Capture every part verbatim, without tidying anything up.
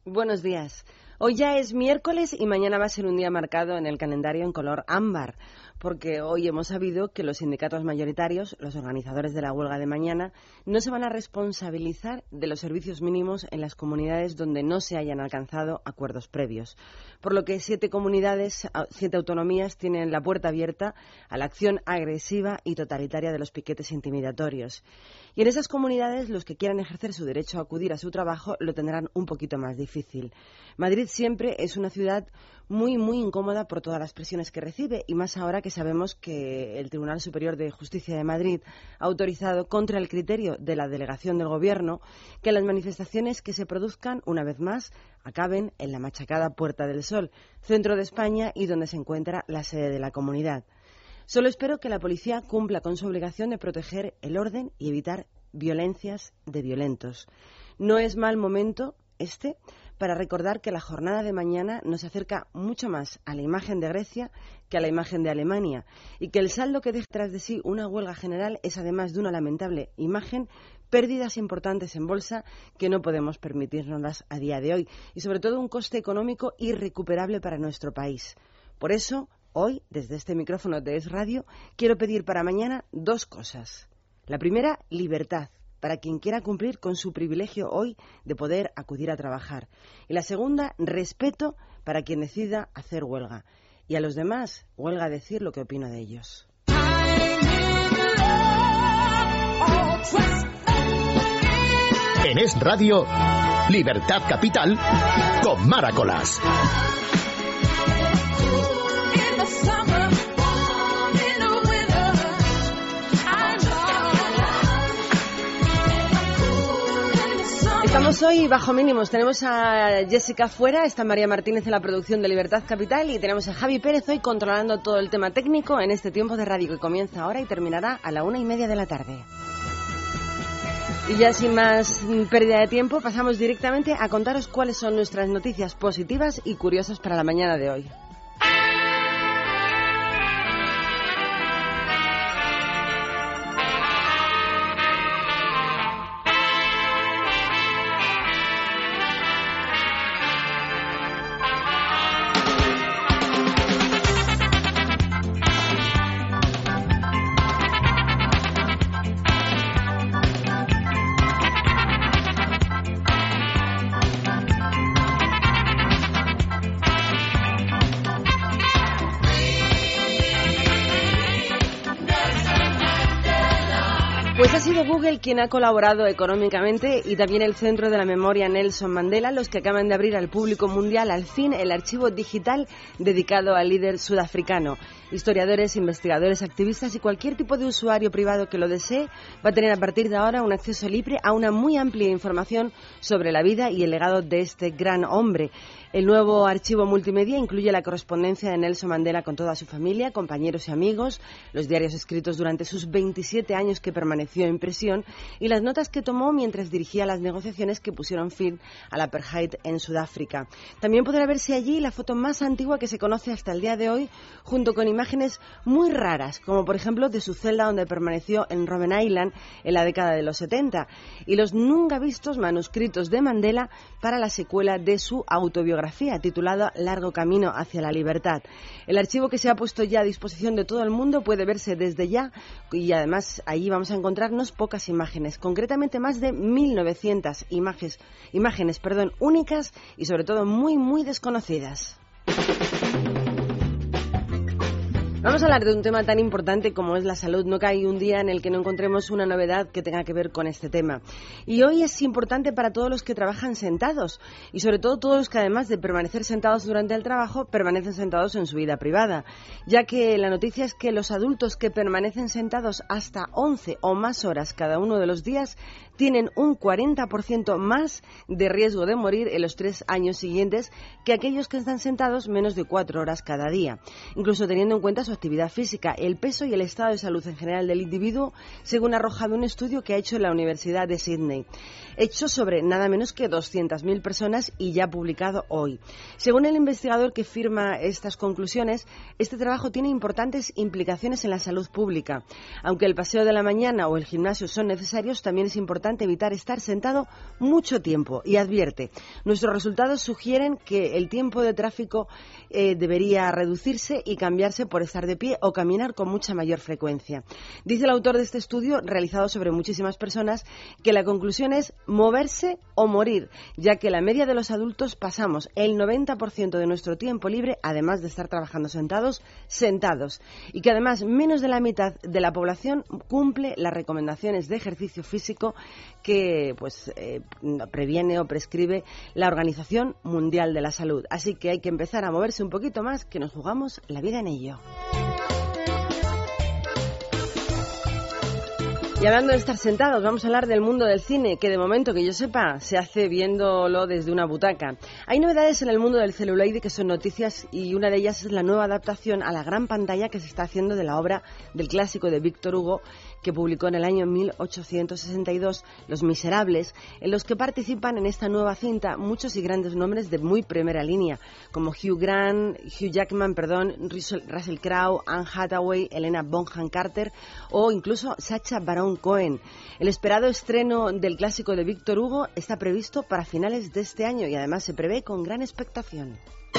Buenos días. Hoy ya es miércoles y mañana va a ser un día marcado en el calendario en color ámbar, porque hoy hemos sabido que los sindicatos mayoritarios, los organizadores de la huelga de mañana, no se van a responsabilizar de los servicios mínimos en las comunidades donde no se hayan alcanzado acuerdos previos. Por lo que siete comunidades, siete autonomías tienen la puerta abierta a la acción agresiva y totalitaria de los piquetes intimidatorios. Y en esas comunidades los que quieran ejercer su derecho a acudir a su trabajo lo tendrán un poquito más difícil. Madrid siempre es una ciudad muy, muy incómoda por todas las presiones que recibe, y más ahora que sabemos que el Tribunal Superior de Justicia de Madrid ha autorizado, contra el criterio de la delegación del Gobierno, que las manifestaciones que se produzcan, una vez más, acaben en la machacada Puerta del Sol, centro de España y donde se encuentra la sede de la comunidad. Solo espero que la policía cumpla con su obligación de proteger el orden y evitar violencias de violentos. No es mal momento este para recordar que la jornada de mañana nos acerca mucho más a la imagen de Grecia que a la imagen de Alemania, y que el saldo que deja tras de sí una huelga general es, además de una lamentable imagen, pérdidas importantes en bolsa que no podemos permitirnoslas a día de hoy, y sobre todo un coste económico irrecuperable para nuestro país. Por eso, hoy, desde este micrófono de Es Radio, quiero pedir para mañana dos cosas. La primera, libertad, para quien quiera cumplir con su privilegio hoy de poder acudir a trabajar. Y la segunda, respeto para quien decida hacer huelga. Y a los demás, huelga a decir lo que opino de ellos. En Es Radio, Libertad Capital, con Mara Colás. Estamos hoy bajo mínimos. Tenemos a Jessica fuera, está María Martínez en la producción de Libertad Capital y tenemos a Javi Pérez hoy controlando todo el tema técnico en este tiempo de radio que comienza ahora y terminará a la una y media de la tarde. Y ya sin más pérdida de tiempo, pasamos directamente a contaros cuáles son nuestras noticias positivas y curiosas para la mañana de hoy. Pues ha sido Google quien ha colaborado económicamente y también el Centro de la Memoria Nelson Mandela, los que acaban de abrir al público mundial al fin el archivo digital dedicado al líder sudafricano. Historiadores, investigadores, activistas y cualquier tipo de usuario privado que lo desee va a tener a partir de ahora un acceso libre a una muy amplia información sobre la vida y el legado de este gran hombre. El nuevo archivo multimedia incluye la correspondencia de Nelson Mandela con toda su familia, compañeros y amigos, los diarios escritos durante sus veintisiete años que permaneció en prisión y las notas que tomó mientras dirigía las negociaciones que pusieron fin al apartheid en Sudáfrica. También podrá verse allí la foto más antigua que se conoce hasta el día de hoy, junto con imágenes muy raras, como por ejemplo de su celda donde permaneció en Robben Island en la década de los setenta, y los nunca vistos manuscritos de Mandela para la secuela de su autobiografía titulada Largo Camino hacia la Libertad. El archivo, que se ha puesto ya a disposición de todo el mundo, puede verse desde ya y además allí vamos a encontrarnos pocas imágenes, concretamente más de mil novecientas imágenes, imágenes perdón, únicas y sobre todo muy muy desconocidas. Vamos a hablar de un tema tan importante como es la salud. No cae un día en el que no encontremos una novedad que tenga que ver con este tema. Y hoy es importante para todos los que trabajan sentados y sobre todo todos los que, además de permanecer sentados durante el trabajo, permanecen sentados en su vida privada, ya que la noticia es que los adultos que permanecen sentados hasta once o más horas cada uno de los días tienen un cuarenta por ciento más de riesgo de morir en los tres años siguientes que aquellos que están sentados menos de cuatro horas cada día, incluso teniendo en cuenta su actividad física, el peso y el estado de salud en general del individuo, según ha arrojado un estudio que ha hecho la Universidad de Sydney, hecho sobre nada menos que doscientas mil personas y ya publicado hoy. Según el investigador que firma estas conclusiones, este trabajo tiene importantes implicaciones en la salud pública. Aunque el paseo de la mañana o el gimnasio son necesarios, también es importante importante evitar estar sentado mucho tiempo y advierte, nuestros resultados sugieren que el tiempo de tráfico eh, debería reducirse y cambiarse por estar de pie o caminar con mucha mayor frecuencia. Dice el autor de este estudio, realizado sobre muchísimas personas, que la conclusión es moverse o morir, ya que la media de los adultos pasamos el noventa por ciento de nuestro tiempo libre, además de estar trabajando sentados, sentados, y que además menos de la mitad de la población cumple las recomendaciones de ejercicio físico que pues eh, previene o prescribe la Organización Mundial de la Salud. Así que hay que empezar a moverse un poquito más, que nos jugamos la vida en ello. Y hablando de estar sentados, vamos a hablar del mundo del cine, que de momento, que yo sepa, se hace viéndolo desde una butaca. Hay novedades en el mundo del celuloide que son noticias, y una de ellas es la nueva adaptación a la gran pantalla que se está haciendo de la obra del clásico de Víctor Hugo, que publicó en el año mil ochocientos sesenta y dos, Los Miserables, en los que participan en esta nueva cinta muchos y grandes nombres de muy primera línea, como Hugh Grant, Hugh Jackman, perdón, Russell Crowe, Anne Hathaway, Helena Bonham Carter o incluso Sacha Baron Cohen. El esperado estreno del clásico de Víctor Hugo está previsto para finales de este año y además se prevé con gran expectación.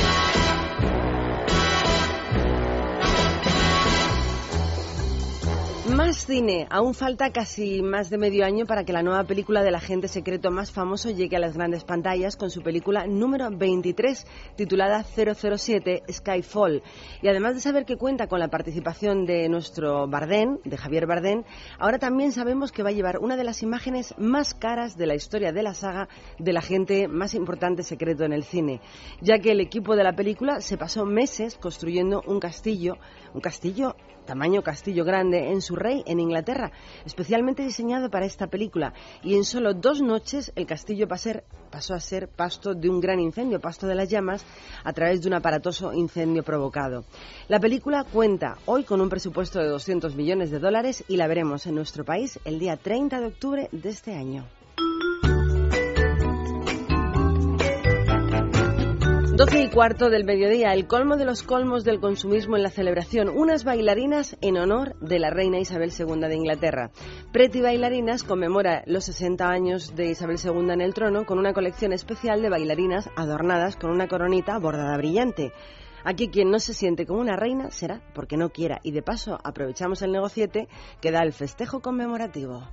Más cine. Aún falta casi más de medio año para que la nueva película del agente secreto más famoso llegue a las grandes pantallas con su película número veintitrés, titulada cero cero siete Skyfall. Y además de saber que cuenta con la participación de nuestro Bardem, de Javier Bardem, ahora también sabemos que va a llevar una de las imágenes más caras de la historia de la saga del agente más importante secreto en el cine, ya que el equipo de la película se pasó meses construyendo un castillo, un castillo tamaño castillo grande en Surrey, en Inglaterra, especialmente diseñado para esta película, y en solo dos noches el castillo pasó a ser pasto de un gran incendio, pasto de las llamas, a través de un aparatoso incendio provocado. La película cuenta hoy con un presupuesto de doscientos millones de dólares y la veremos en nuestro país el día treinta de octubre de este año. doce y cuarto del mediodía, el colmo de los colmos del consumismo en la celebración, unas bailarinas en honor de la reina Isabel segunda de Inglaterra. Pretty Bailarinas conmemora los sesenta años de Isabel segunda en el trono con una colección especial de bailarinas adornadas con una coronita bordada brillante. Aquí quien no se siente como una reina será porque no quiera, y de paso aprovechamos el negociete que da el festejo conmemorativo.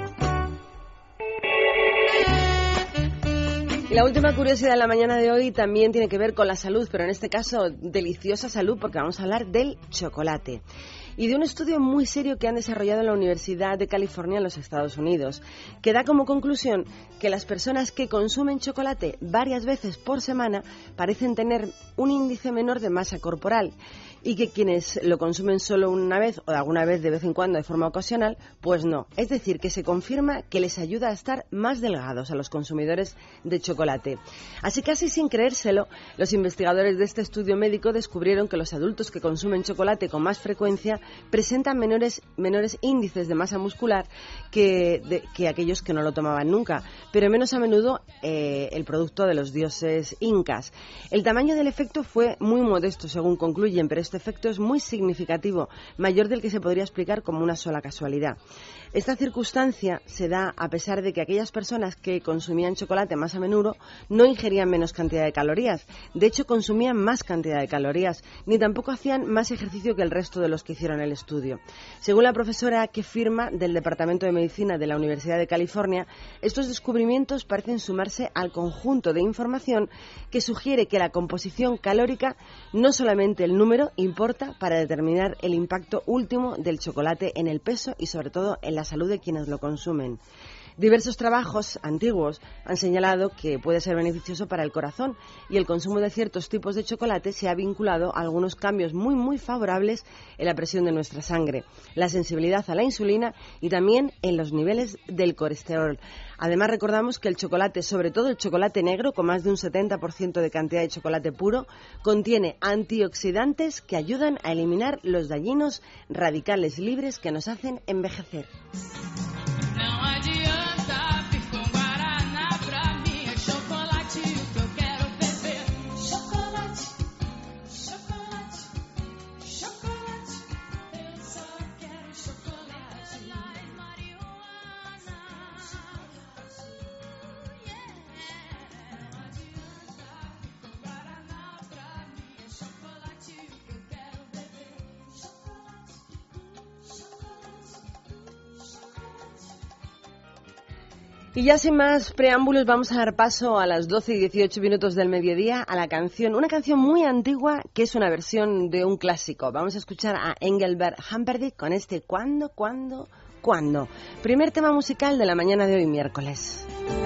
Y la última curiosidad de la mañana de hoy también tiene que ver con la salud, pero en este caso deliciosa salud, porque vamos a hablar del chocolate y de un estudio muy serio que han desarrollado en la Universidad de California en los Estados Unidos, que da como conclusión que las personas que consumen chocolate varias veces por semana parecen tener un índice menor de masa corporal, y que quienes lo consumen solo una vez o alguna vez de vez en cuando de forma ocasional, pues no. Es decir, que se confirma que les ayuda a estar más delgados a los consumidores de chocolate. Así, casi sin creérselo, los investigadores de este estudio médico descubrieron que los adultos que consumen chocolate con más frecuencia presentan menores, menores índices de masa muscular que, de, que aquellos que no lo tomaban nunca, pero menos a menudo eh, el producto de los dioses incas. El tamaño del efecto fue muy modesto, según concluyen, pero este efecto es muy significativo, mayor del que se podría explicar como una sola casualidad. Esta circunstancia se da a pesar de que aquellas personas que consumían chocolate más a menudo no ingerían menos cantidad de calorías, de hecho consumían más cantidad de calorías, ni tampoco hacían más ejercicio que el resto de los que hicieron el estudio. Según la profesora que firma del Departamento de Medicina de la Universidad de California, estos descubrimientos parecen sumarse al conjunto de información que sugiere que la composición calórica, no solamente el número, importa para determinar el impacto último del chocolate en el peso y sobre todo en la salud de quienes lo consumen. Diversos trabajos antiguos han señalado que puede ser beneficioso para el corazón, y el consumo de ciertos tipos de chocolate se ha vinculado a algunos cambios muy muy favorables en la presión de nuestra sangre, la sensibilidad a la insulina y también en los niveles del colesterol. Además, recordamos que el chocolate, sobre todo el chocolate negro, con más de un setenta por ciento de cantidad de chocolate puro, contiene antioxidantes que ayudan a eliminar los dañinos radicales libres que nos hacen envejecer. Y ya sin más preámbulos vamos a dar paso a las doce y dieciocho minutos del mediodía a la canción, una canción muy antigua que es una versión de un clásico. Vamos a escuchar a Engelbert Humperdinck con este ¿Cuándo, cuándo, cuándo? Primer tema musical de la mañana de hoy miércoles.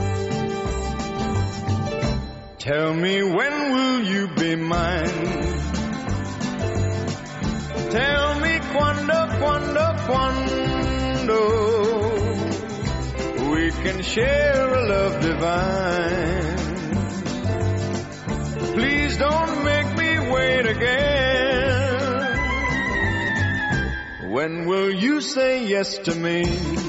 Tell me when will you be mine? Tell me cuándo, cuándo, cuándo we can share a love divine. Please don't make me wait again. When will you say yes to me?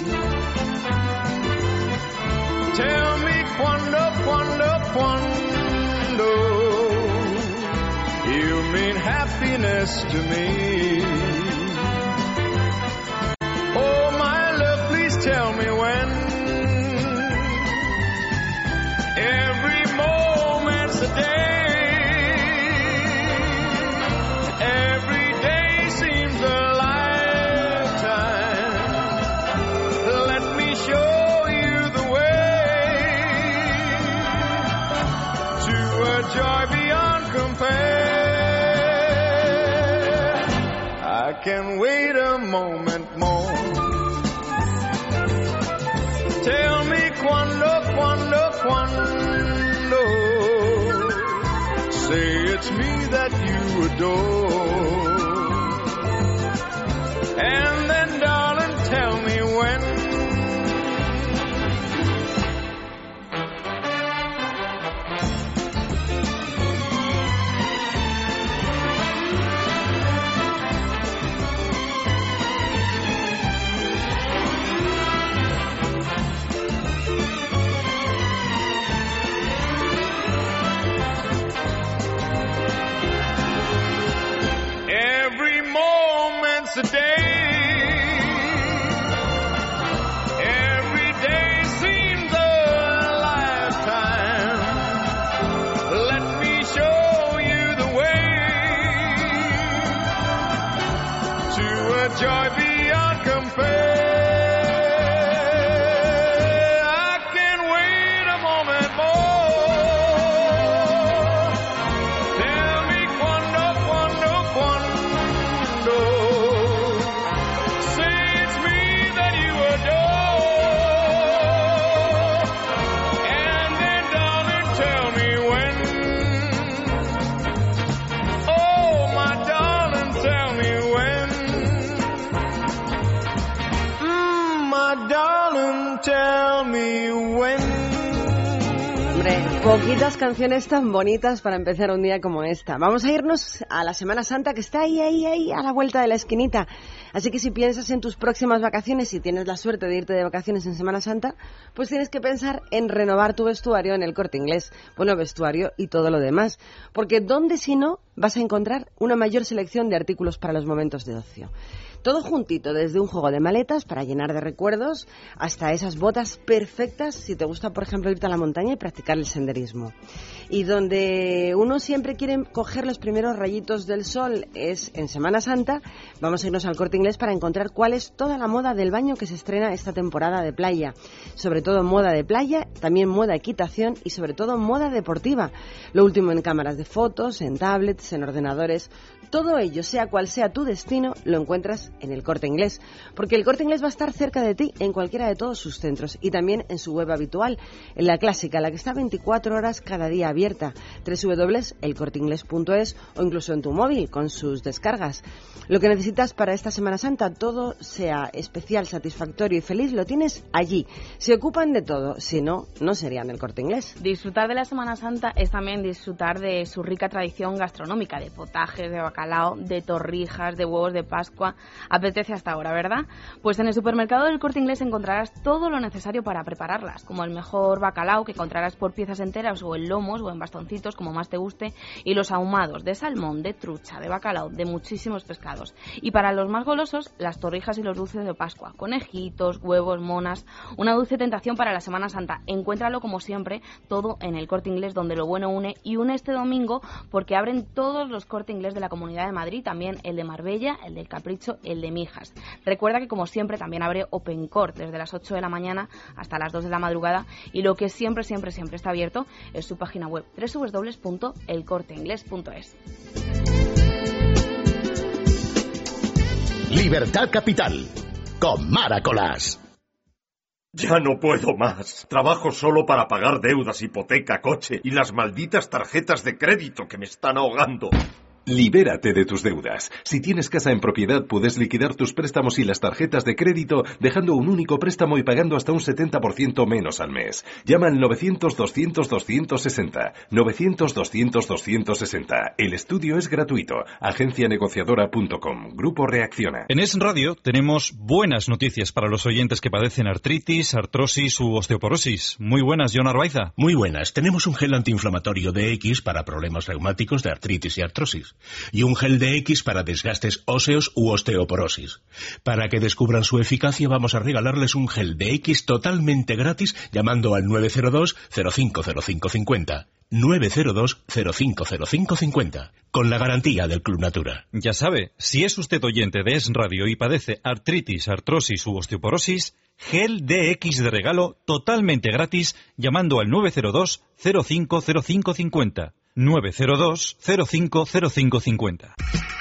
Tell me cuándo, cuándo, cuándo you mean happiness to me. Oh my love, please tell me when. Every moment's a day. Every day seems a lifetime. Let me show you the way to a joy beyond compare. I can wait a moment more. Tell me cuándo, cuándo, cuándo. Say it's me that you adore. And then, darling, tell me when. A day, every day seems a lifetime. Let me show you the way to a joy beyond compare. I can't wait a moment more. Tell me cuándo, cuándo, cuándo. Tell me when. Hombre, poquitas canciones tan bonitas para empezar un día como esta. Vamos a irnos a la Semana Santa que está ahí, ahí, ahí, a la vuelta de la esquinita. Así que si piensas en tus próximas vacaciones y tienes la suerte de irte de vacaciones en Semana Santa, pues tienes que pensar en renovar tu vestuario en el Corte Inglés. Bueno, vestuario y todo lo demás. Porque ¿dónde si no vas a encontrar una mayor selección de artículos para los momentos de ocio? Todo juntito, desde un juego de maletas para llenar de recuerdos hasta esas botas perfectas si te gusta, por ejemplo, irte a la montaña y practicar el senderismo. Y donde uno siempre quiere coger los primeros rayitos del sol es en Semana Santa. Vamos a irnos al Corte Inglés para encontrar cuál es toda la moda del baño que se estrena esta temporada de playa. Sobre todo moda de playa, también moda equitación y sobre todo moda deportiva. Lo último en cámaras de fotos, en tablets, en ordenadores. Todo ello, sea cual sea tu destino, lo encuentras en el Corte Inglés, porque el Corte Inglés va a estar cerca de ti en cualquiera de todos sus centros y también en su web habitual, en la clásica, la que está veinticuatro horas cada día abierta, doble u doble u doble u punto el corte inglés punto es o incluso en tu móvil con sus descargas. Lo que necesitas para esta Semana Santa, todo sea especial, satisfactorio y feliz, lo tienes allí. Se ocupan de todo, si no, no serían el Corte Inglés. Disfrutar de la Semana Santa es también disfrutar de su rica tradición gastronómica, de potajes, de bacalao, de torrijas, de huevos de Pascua. Apetece hasta ahora, ¿verdad? Pues en el supermercado del Corte Inglés encontrarás todo lo necesario para prepararlas, como el mejor bacalao que encontrarás por piezas enteras o en lomos o en bastoncitos, como más te guste, y los ahumados de salmón, de trucha, de bacalao, de muchísimos pescados. Y para los más golosos, las torrijas y los dulces de Pascua, conejitos, huevos, monas, una dulce tentación para la Semana Santa. Encuéntralo, como siempre, todo en el Corte Inglés, donde lo bueno une, y une este domingo porque abren todos los Corte Inglés de la Comunidad de Madrid, también el de Marbella, el del Capricho, el el de Mijas. Recuerda que como siempre también abre OpenCourt desde las ocho de la mañana hasta las dos de la madrugada, y lo que siempre, siempre, siempre está abierto es su página web doble u doble u doble u punto el corte inglés punto es. Libertad Capital, con Mara Colás. Ya no puedo más. Trabajo solo para pagar deudas, hipoteca, coche y las malditas tarjetas de crédito que me están ahogando. Libérate de tus deudas. Si tienes casa en propiedad, puedes liquidar tus préstamos y las tarjetas de crédito dejando un único préstamo y pagando hasta un setenta por ciento menos al mes. Llama al novecientos, doscientos, doscientos sesenta. novecientos, doscientos, doscientos sesenta. El estudio es gratuito. agencia negociadora punto com. Grupo Reacciona. En Es Radio tenemos buenas noticias para los oyentes que padecen artritis, artrosis u osteoporosis. Muy buenas, John Arbaiza. Muy buenas. Tenemos un gel antiinflamatorio D X para problemas reumáticos de artritis y artrosis. Y un gel D X para desgastes óseos u osteoporosis. Para que descubran su eficacia, vamos a regalarles un gel D X totalmente gratis llamando al nueve cero dos, cero cinco cero cinco cinco cero. nueve cero dos, cero cinco cero cinco cinco cero. Con la garantía del Club Natura. Ya sabe, si es usted oyente de Es Radio y padece artritis, artrosis u osteoporosis, gel D X de regalo totalmente gratis llamando al nueve cero dos, cero cinco cero cinco cinco cero. nueve cero dos, cero cinco cero cinco cinco cero.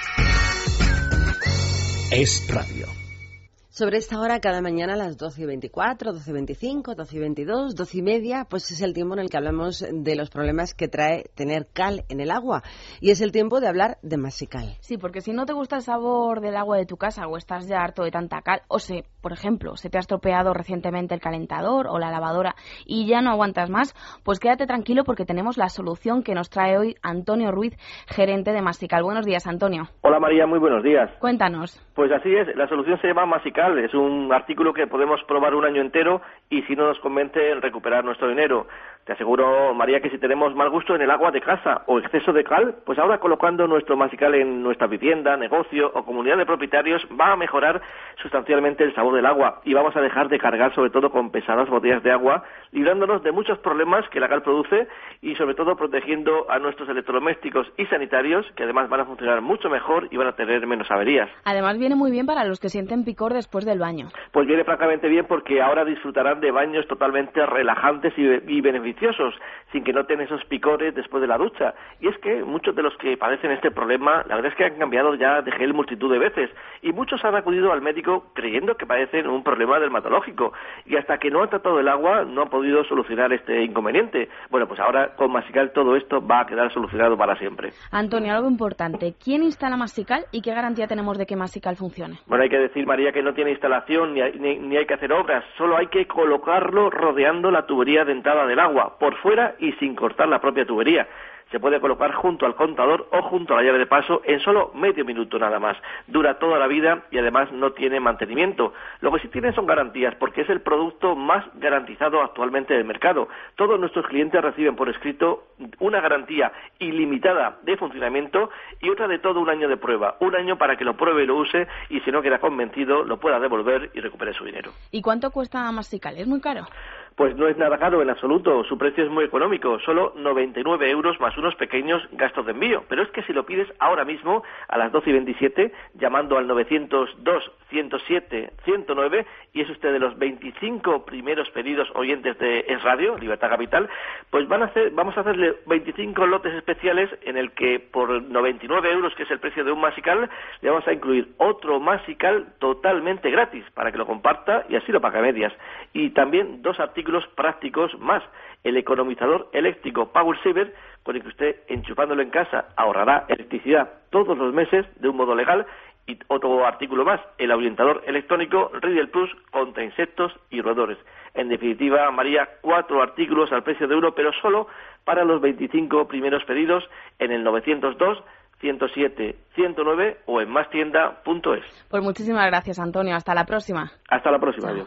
Es Radio. Sobre esta hora, cada mañana a las doce y veinticuatro, doce y veinticinco, doce y veintidós, doce y media, pues es el tiempo en el que hablamos de los problemas que trae tener cal en el agua. Y es el tiempo de hablar de Masical. Sí, porque si no te gusta el sabor del agua de tu casa o estás ya harto de tanta cal, o se, por ejemplo, se te ha estropeado recientemente el calentador o la lavadora y ya no aguantas más, pues quédate tranquilo porque tenemos la solución que nos trae hoy Antonio Ruiz, gerente de Masical. Buenos días, Antonio. Hola, María, muy buenos días. Cuéntanos. Pues así es, la solución se llama Masical. Es un artículo que podemos probar un año entero y si no nos convence recuperar nuestro dinero. Te aseguro, María, que si tenemos mal gusto en el agua de casa o exceso de cal, pues ahora colocando nuestro Masical en nuestra vivienda, negocio o comunidad de propietarios va a mejorar sustancialmente el sabor del agua y vamos a dejar de cargar sobre todo con pesadas botellas de agua, librándonos de muchos problemas que la cal produce y sobre todo protegiendo a nuestros electrodomésticos y sanitarios, que además van a funcionar mucho mejor y van a tener menos averías. Además viene muy bien para los que sienten picor después del baño. Pues viene francamente bien porque ahora disfrutarán de baños totalmente relajantes y, y beneficiosos, sin que noten esos picores después de la ducha. Y es que muchos de los que padecen este problema, la verdad es que han cambiado ya de gel multitud de veces, y muchos han acudido al médico creyendo que padecen un problema dermatológico, y hasta que no han tratado el agua no han podido solucionar este inconveniente. Bueno, pues ahora con Masical todo esto va a quedar solucionado para siempre. Antonio, algo importante, ¿quién instala Masical y qué garantía tenemos de que Masical funcione? Bueno, hay que decir, María, que no tiene instalación ni hay, ni, ni hay que hacer obras, solo hay que colocarlo rodeando la tubería de entrada del agua, por fuera y sin cortar la propia tubería. Se puede colocar junto al contador o junto a la llave de paso en solo medio minuto nada más. Dura toda la vida y además no tiene mantenimiento. Lo que sí tiene son garantías, porque es el producto más garantizado actualmente del mercado. Todos nuestros clientes reciben por escrito una garantía ilimitada de funcionamiento y otra de todo un año de prueba. Un año para que lo pruebe y lo use y si no queda convencido lo pueda devolver y recupere su dinero. ¿Y cuánto cuesta Masical? ¿Es muy caro? Pues no es nada caro en absoluto, su precio es muy económico, solo noventa y nueve euros más unos pequeños gastos de envío. Pero es que si lo pides ahora mismo, a las doce y veintisiete, llamando al novecientos dos, ciento siete, ciento nueve, y es usted de los veinticinco primeros pedidos oyentes de Es Radio, Libertad Capital, pues van a hacer, vamos a hacerle veinticinco lotes especiales en el que por noventa y nueve euros, que es el precio de un Masical, le vamos a incluir otro Masical totalmente gratis, para que lo comparta y así lo paga a medias. Y también dos artículos prácticos más, el economizador eléctrico Power Saver, con el que usted, enchufándolo en casa, ahorrará electricidad todos los meses de un modo legal, y otro artículo más, el orientador electrónico Riddle Plus contra insectos y roedores. En definitiva, María, cuatro artículos al precio de uno, pero solo para los veinticinco primeros pedidos en el novecientos dos, ciento siete, ciento nueve o en mastienda punto es. Pues muchísimas gracias, Antonio. Hasta la próxima. Hasta la próxima. Adiós.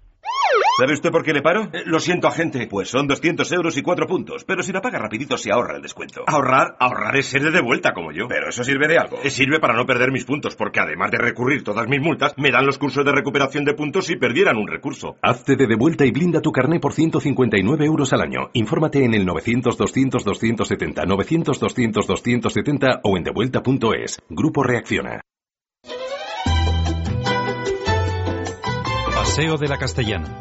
¿Sabe usted por qué le paro? Eh, lo siento, agente. Pues son doscientos euros y cuatro puntos. Pero si la paga rapidito se ahorra el descuento. ¿Ahorrar? Ahorrar es ser de vuelta como yo. Pero eso sirve de algo. Eh, sirve para no perder mis puntos, porque además de recurrir todas mis multas, me dan los cursos de recuperación de puntos si perdieran un recurso. Hazte de devuelta y blinda tu carné por ciento cincuenta y nueve euros al año. Infórmate en el novecientos, doscientos, doscientos setenta, novecientos, doscientos, doscientos setenta o en devuelta punto es. Grupo Reacciona. Paseo de la Castellana.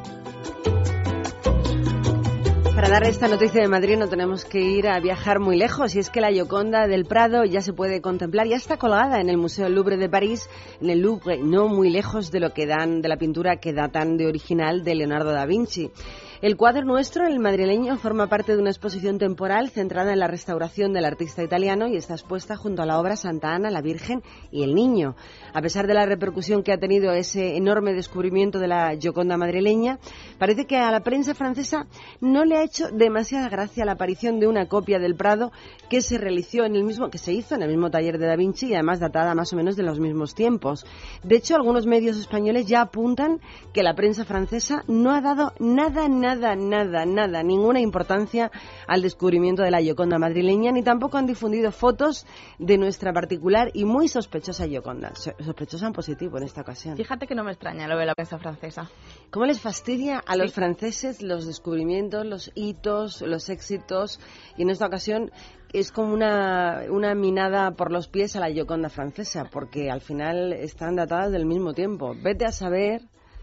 Para dar esta noticia de Madrid no tenemos que ir a viajar muy lejos, y es que la Gioconda del Prado ya se puede contemplar, ya está colgada en el Museo del Louvre de París, en el Louvre, no muy lejos de lo que dan de la pintura que datan de original de Leonardo da Vinci. El cuadro nuestro, el madrileño, forma parte de una exposición temporal centrada en la restauración del artista italiano y está expuesta junto a la obra Santa Ana, la Virgen y el Niño. A pesar de la repercusión que ha tenido ese enorme descubrimiento de la Gioconda madrileña, parece que a la prensa francesa no le ha hecho demasiada gracia la aparición de una copia del Prado que se realizó en el mismo, que se hizo en el mismo taller de Da Vinci y además datada más o menos de los mismos tiempos. De hecho, algunos medios españoles ya apuntan que la prensa francesa no ha dado nada, nada Nada, nada, nada, ninguna importancia al descubrimiento de la Gioconda madrileña, ni tampoco han difundido fotos de nuestra particular y muy sospechosa Gioconda. Sospechosa en positivo en esta ocasión. Fíjate que no me extraña lo de la prensa francesa. ¿Cómo les fastidia a sí. los franceses los descubrimientos, los hitos, los éxitos? Y en esta ocasión es como una, una minada por los pies a la Gioconda francesa, porque al final están datadas del mismo tiempo. Vete a saber...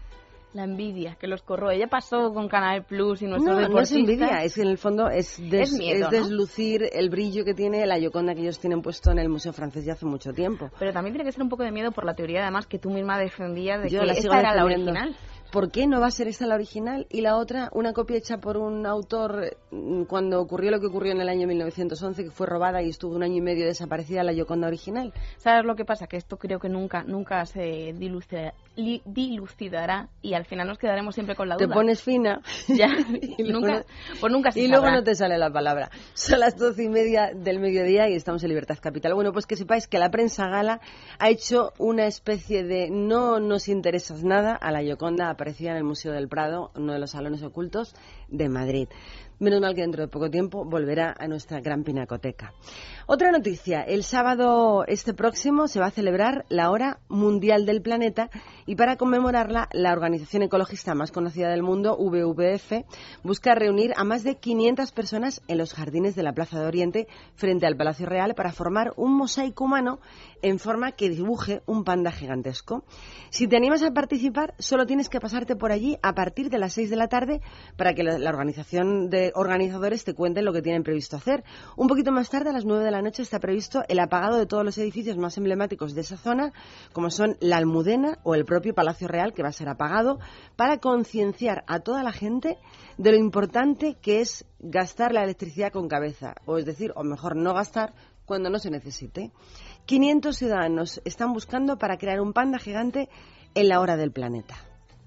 La envidia que los corroe. Ya pasó con Canal Plus y nuestros no, deportistas. No es envidia, es que en el fondo es, des, es, miedo, es deslucir ¿no? el brillo que tiene la Gioconda que ellos tienen puesto en el Museo Francés ya hace mucho tiempo. Pero también tiene que ser un poco de miedo por la teoría, además, que tú misma defendías de Yo que la esta era la original. ¿Por qué no va a ser esta la original y la otra una copia hecha por un autor cuando ocurrió lo que ocurrió en el año mil novecientos once, que fue robada y estuvo un año y medio desaparecida la Gioconda original? ¿Sabes lo que pasa? Que esto creo que nunca nunca se dilucidará, dilucidará y al final nos quedaremos siempre con la duda. Te pones fina. Ya, y nunca, no, pues nunca se Y sabrá. luego no te sale la palabra. Son las doce y media del mediodía y estamos en Libertad Capital. Bueno, pues que sepáis que la prensa gala ha hecho una especie de no nos interesas nada a la Gioconda aparecida en el Museo del Prado, uno de los salones ocultos de Madrid. Menos mal que dentro de poco tiempo volverá a nuestra gran pinacoteca. Otra noticia, el sábado este próximo se va a celebrar la Hora Mundial del Planeta y para conmemorarla la organización ecologista más conocida del mundo, W W F, busca reunir a más de quinientas personas en los jardines de la Plaza de Oriente frente al Palacio Real para formar un mosaico humano en forma que dibuje un panda gigantesco. Si te animas a participar, solo tienes que pasarte por allí a partir de las seis de la tarde para que la, la organización de organizadores te cuenten lo que tienen previsto hacer. Un poquito más tarde, a las nueve de la noche, está previsto el apagado de todos los edificios más emblemáticos de esa zona, como son la Almudena o el propio Palacio Real, que va a ser apagado, para concienciar a toda la gente de lo importante que es gastar la electricidad con cabeza, o es decir, o mejor no gastar cuando no se necesite. quinientos ciudadanos están buscando para crear un panda gigante en la hora del planeta.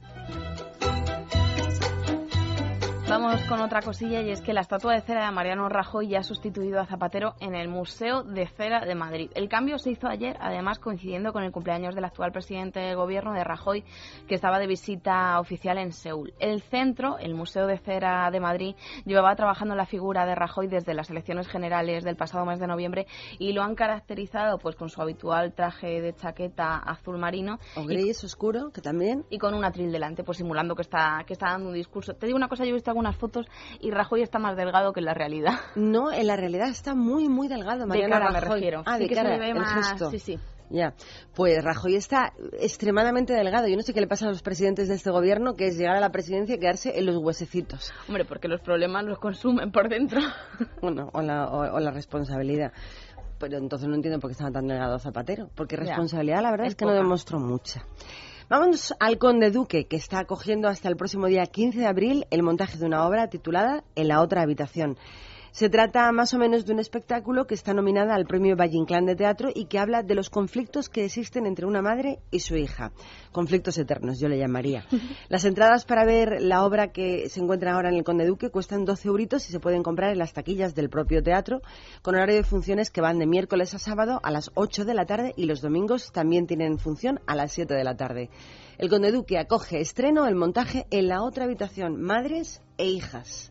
Vamos con otra cosilla y es que la estatua de cera de Mariano Rajoy ya ha sustituido a Zapatero en el Museo de Cera de Madrid. El cambio se hizo ayer, además coincidiendo con el cumpleaños del actual presidente del gobierno, de Rajoy, que estaba de visita oficial en Seúl. El centro, el Museo de Cera de Madrid, llevaba trabajando la figura de Rajoy desde las elecciones generales del pasado mes de noviembre y lo han caracterizado pues con su habitual traje de chaqueta azul marino. O gris oscuro, que también. Y con un atril delante, pues simulando que está, que está dando un discurso. Te digo una cosa, yo he visto algunas fotos y Rajoy está más delgado que en la realidad. No, en la realidad está muy, muy delgado, Mariano de cara Rajoy. me refiero. Ah, sí, de que cara, se le ve el más... gesto. Sí, sí. Ya, pues Rajoy está extremadamente delgado. Yo no sé qué le pasa a los presidentes de este gobierno, que es llegar a la presidencia y quedarse en los huesecitos. Hombre, porque los problemas los consumen por dentro. Bueno, o la, o, o la responsabilidad. Pero entonces no entiendo por qué estaba tan delgado Zapatero. Porque responsabilidad, la verdad, es, es que poca. No demostró mucha. Vamos al Conde Duque, que está acogiendo hasta el próximo día quince de abril el montaje de una obra titulada En la otra habitación. Se trata más o menos de un espectáculo que está nominada al premio Valle Inclán de Teatro y que habla de los conflictos que existen entre una madre y su hija. Conflictos eternos, yo le llamaría. Las entradas para ver la obra que se encuentra ahora en el Conde Duque cuestan doce euritos y se pueden comprar en las taquillas del propio teatro, con horario de funciones que van de miércoles a sábado a las ocho de la tarde y los domingos también tienen función a las siete de la tarde. El Conde Duque acoge estreno el montaje En la otra habitación, madres e hijas.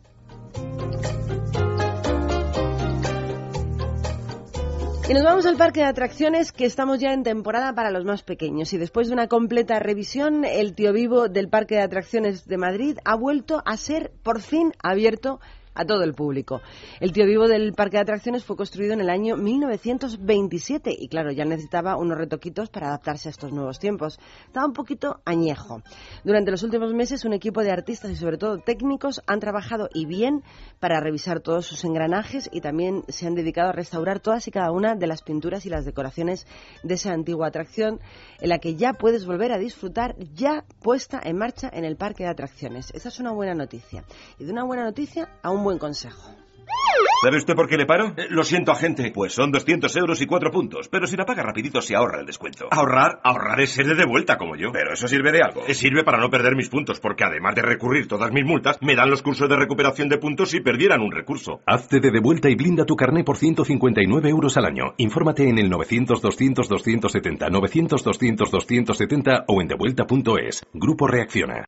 Y nos vamos al parque de atracciones, que estamos ya en temporada para los más pequeños. Y después de una completa revisión, el tío vivo del parque de atracciones de Madrid ha vuelto a ser, por fin, abierto a todo el público. El tío vivo del parque de atracciones fue construido en el año mil novecientos veintisiete y claro, ya necesitaba unos retoquitos para adaptarse a estos nuevos tiempos. Estaba un poquito añejo. Durante los últimos meses un equipo de artistas y sobre todo técnicos han trabajado y bien para revisar todos sus engranajes y también se han dedicado a restaurar todas y cada una de las pinturas y las decoraciones de esa antigua atracción en la que ya puedes volver a disfrutar ya puesta en marcha en el parque de atracciones. Esa es una buena noticia. Y de una buena noticia a un buen consejo. ¿Sabe usted por qué le paro? Eh, lo siento, agente. Pues son doscientos euros y cuatro puntos. Pero si la paga rapidito se ahorra el descuento. Ahorrar, ahorrar es ser de vuelta como yo. Pero eso sirve de algo. Eh, sirve para no perder mis puntos, porque además de recurrir todas mis multas, me dan los cursos de recuperación de puntos si perdieran un recurso. Hazte de devuelta y blinda tu carné por ciento cincuenta y nueve euros al año. Infórmate en el novecientos doscientos doscientos setenta, novecientos doscientos doscientos setenta o en devuelta punto es. Grupo Reacciona.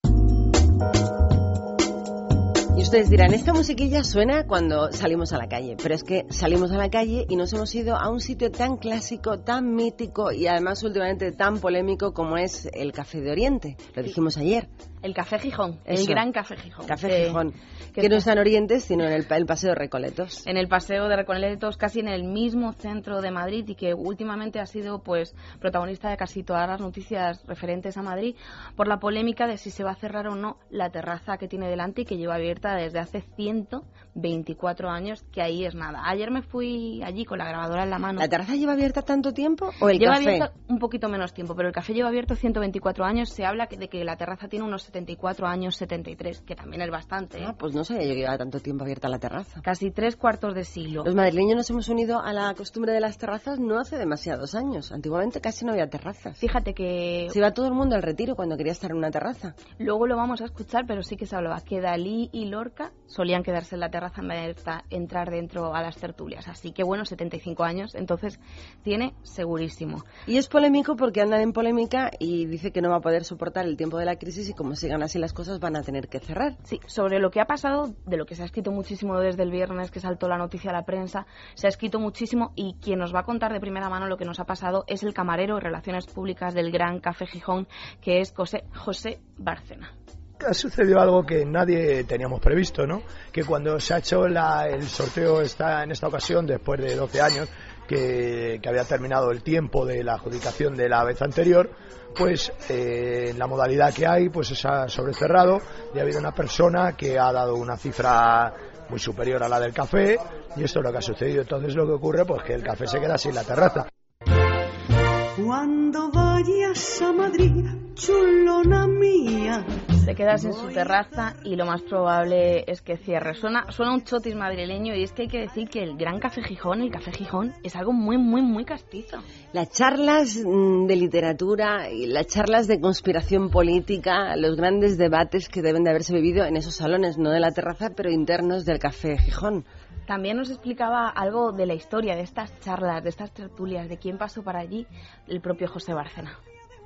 Y ustedes dirán, esta musiquilla suena cuando salimos a la calle, pero es que salimos a la calle y nos hemos ido a un sitio tan clásico, tan mítico y además últimamente tan polémico como es el Café de Oriente. Lo dijimos ayer. El Café Gijón, Eso. el gran Café Gijón. Café que, Gijón, que, que no está en Oriente, sino en el, el Paseo de Recoletos. En el Paseo de Recoletos, casi en el mismo centro de Madrid y que últimamente ha sido pues protagonista de casi todas las noticias referentes a Madrid por la polémica de si se va a cerrar o no la terraza que tiene delante y que lleva abierta desde hace ciento veinticuatro años, que ahí es nada. Ayer me fui allí con la grabadora en la mano. ¿La terraza lleva abierta tanto tiempo o el lleva café? Lleva abierta un poquito menos tiempo, pero el café lleva abierto ciento veinticuatro años. Se habla de que la terraza tiene unos setenta y cuatro años, setenta y tres, que también es bastante. ¿eh? Ah, pues no sabía yo que llevaba tanto tiempo abierta la terraza. Casi tres cuartos de siglo. Los madrileños nos hemos unido a la costumbre de las terrazas no hace demasiados años. Antiguamente casi no había terrazas. Fíjate que... Se iba todo el mundo al Retiro cuando quería estar en una terraza. Luego lo vamos a escuchar, pero sí que se hablaba que Dalí y Lorca solían quedarse en la terraza en vez de entrar dentro a las tertulias. Así que bueno, setenta y cinco años, entonces tiene segurísimo. Y es polémico porque andan en polémica y dice que no va a poder soportar el tiempo de la crisis y como sigan así las cosas van a tener que cerrar. Sí, sobre lo que ha pasado, de lo que se ha escrito muchísimo desde el viernes que saltó la noticia a la prensa, se ha escrito muchísimo y quien nos va a contar de primera mano lo que nos ha pasado es el camarero de Relaciones Públicas del Gran Café Gijón, que es José, José Bárcena. Ha sucedido algo que nadie teníamos previsto, ¿no? Que cuando se ha hecho la, el sorteo está en esta ocasión, después de doce años, que, que había terminado el tiempo de la adjudicación de la vez anterior, pues eh, en la modalidad que hay, pues se ha sobrecerrado y ha habido una persona que ha dado una cifra muy superior a la del café y esto es lo que ha sucedido. Entonces lo que ocurre, pues que el café se queda sin la terraza. Cuando vayas a Madrid, chulona mía. Se queda sin su terraza y lo más probable es que cierre. Suena, suena un chotis madrileño y es que hay que decir que el Gran Café Gijón, el Café Gijón, es algo muy, muy, muy castizo. Las charlas de literatura y las charlas de conspiración política, los grandes debates que deben de haberse vivido en esos salones, no de la terraza, pero internos del Café Gijón. También nos explicaba algo de la historia de estas charlas, de estas tertulias, de quién pasó por allí, el propio José Bárcena.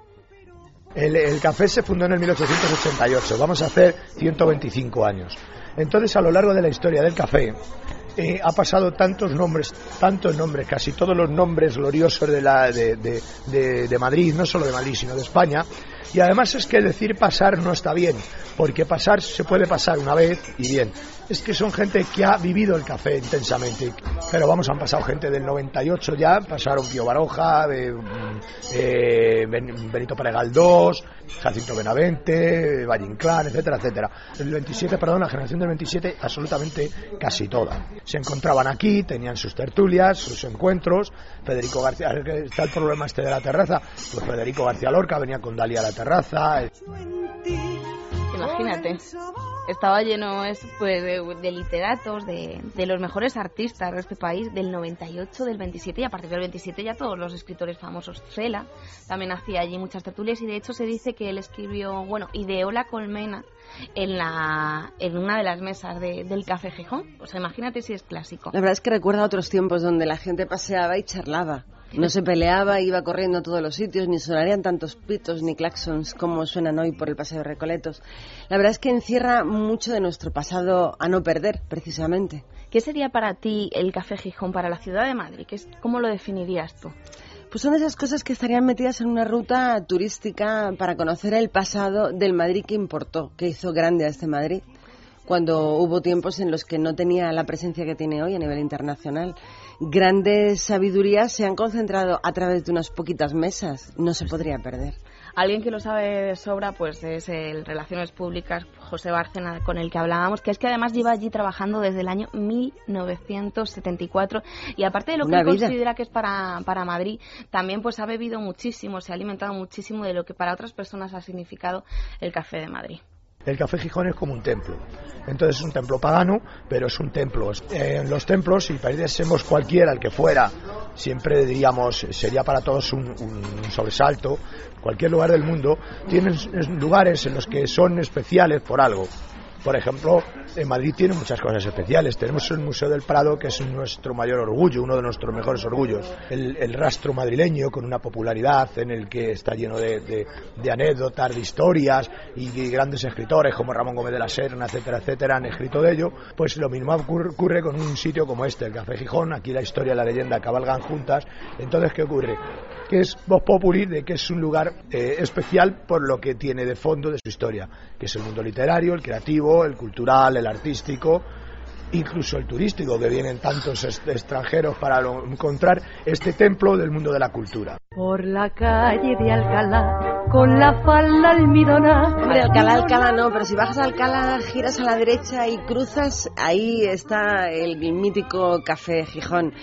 El, el café se fundó en el mil ochocientos ochenta y ocho, vamos a hacer ciento veinticinco años. Entonces, a lo largo de la historia del café, eh, ha pasado tantos nombres, tantos nombres, casi todos los nombres gloriosos de, la, de, de, de, de Madrid, no solo de Madrid, sino de España. Y además es que decir pasar no está bien, porque pasar se puede pasar una vez y bien. Es que son gente que ha vivido el café intensamente. Pero vamos, han pasado gente del noventa y ocho ya, pasaron Pío Baroja, eh, eh, Benito Pérez Galdós, Jacinto Benavente, Valle Inclán, etcétera, etcétera. El veintisiete, perdón, la generación del veintisiete, absolutamente casi toda. Se encontraban aquí, tenían sus tertulias, sus encuentros. Federico García, está el problema este de la terraza, pues Federico García Lorca venía con Dalí a la terraza. Imagínate, estaba lleno es, pues, de, de literatos, de, de los mejores artistas de este país, del noventa y ocho, del veintisiete, y a partir del veintisiete ya todos los escritores famosos. Cela también hacía allí muchas tertulias y de hecho se dice que él escribió, bueno, ideó la colmena en la en una de las mesas de, del Café Gijón. O sea, imagínate si es clásico. La verdad es que recuerda otros tiempos donde la gente paseaba y charlaba. No se peleaba, iba corriendo a todos los sitios, ni sonarían tantos pitos ni claxons como suenan hoy por el Paseo de Recoletos. La verdad es que encierra mucho de nuestro pasado a no perder, precisamente. ¿Qué sería para ti el Café Gijón para la ciudad de Madrid? ¿Qué es, ¿Cómo lo definirías tú? Pues son esas cosas que estarían metidas en una ruta turística para conocer el pasado del Madrid que importó, que hizo grande a este Madrid. cuando hubo tiempos en los que no tenía la presencia que tiene hoy a nivel internacional. Grandes sabidurías se han concentrado a través de unas poquitas mesas, no se podría perder. Alguien que lo sabe de sobra pues es el Relaciones Públicas, José Bárcena, con el que hablábamos, que es que además lleva allí trabajando desde el año mil novecientos setenta y cuatro y aparte de lo que él considera que es para, para Madrid, también pues ha bebido muchísimo, se ha alimentado muchísimo de lo que para otras personas ha significado el café de Madrid. El Café Gijón es como un templo, entonces es un templo pagano, pero es un templo. Eh, en los templos, si pareciésemos cualquiera, el que fuera, siempre diríamos, sería para todos un, un sobresalto. Cualquier lugar del mundo tienen lugares en los que son especiales por algo. Por ejemplo, en Madrid tiene muchas cosas especiales. Tenemos el Museo del Prado, que es nuestro mayor orgullo, uno de nuestros mejores orgullos. El, el rastro madrileño, con una popularidad en el que está lleno de, de, de anécdotas, de historias, y, y grandes escritores como Ramón Gómez de la Serna, etcétera, etcétera, han escrito de ello. Pues lo mismo ocurre con un sitio como este, el Café Gijón. Aquí la historia y la leyenda cabalgan juntas. Entonces, ¿qué ocurre? Que es vox populi, de que es un lugar eh, especial por lo que tiene de fondo de su historia, que es el mundo literario, el creativo, el cultural, el artístico, incluso el turístico, que vienen tantos est- extranjeros para lo- encontrar este templo del mundo de la cultura. Por la calle de Alcalá, con la falda almidonada. Hombre, Alcalá, Alcalá no, pero si bajas a Alcalá, giras a la derecha y cruzas, ahí está el mítico Café Gijón.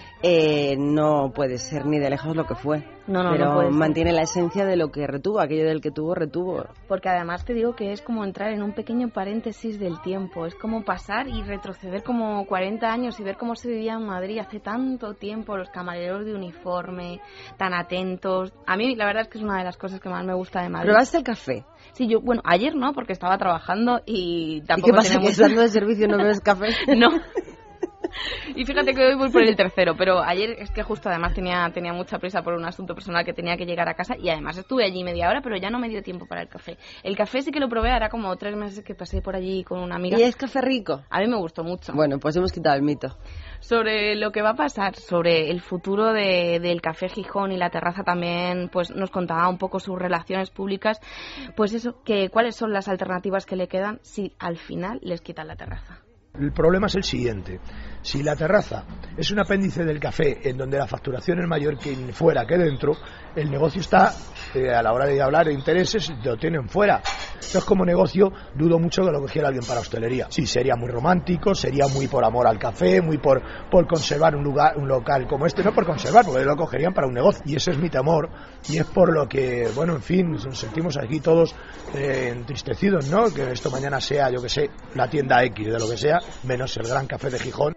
Eh, no puede ser ni de lejos lo que fue, no, no, pero no puede ser. Mantiene la esencia de lo que retuvo, aquello del que tuvo, retuvo. Porque además te digo que es como entrar en un pequeño paréntesis del tiempo, es como pasar y retroceder como cuarenta años y ver cómo se vivía en Madrid hace tanto tiempo, los camareros de uniforme, tan atentos. A mí la verdad es que es una de las cosas que más me gusta de Madrid. ¿Probaste el café? Sí, yo, bueno, ayer no, porque estaba trabajando y tampoco ¿Y qué pasa, tenemos... que estando de servicio no bebes café? No. Y fíjate que hoy voy por el tercero, pero ayer es que justo además tenía tenía mucha prisa por un asunto personal que tenía que llegar a casa y además estuve allí media hora, pero ya no me dio tiempo para el café. El café sí que lo probé, hará como tres meses que pasé por allí con una amiga. ¿Y es café rico? A mí me gustó mucho. Bueno, pues hemos quitado el mito. Sobre lo que va a pasar, sobre el futuro de, del Café Gijón y la terraza también, pues nos contaba un poco sus relaciones públicas, pues eso, que cuáles son las alternativas que le quedan si al final les quitan la terraza. El problema es el siguiente: si la terraza es un apéndice del café en donde la facturación es mayor que fuera que dentro, el negocio está, eh, a la hora de hablar de intereses, lo tienen fuera. Entonces, como negocio, dudo mucho que lo cogiera alguien para hostelería. Sí, sería muy romántico, sería muy por amor al café, muy por, por conservar un lugar, un local como este, no por conservar, porque lo cogerían para un negocio. Y ese es mi temor, y es por lo que, bueno, en fin, nos sentimos aquí todos eh, entristecidos, ¿no? Que esto mañana sea, yo que sé, la tienda X de lo que sea, menos el Gran Café de Gijón.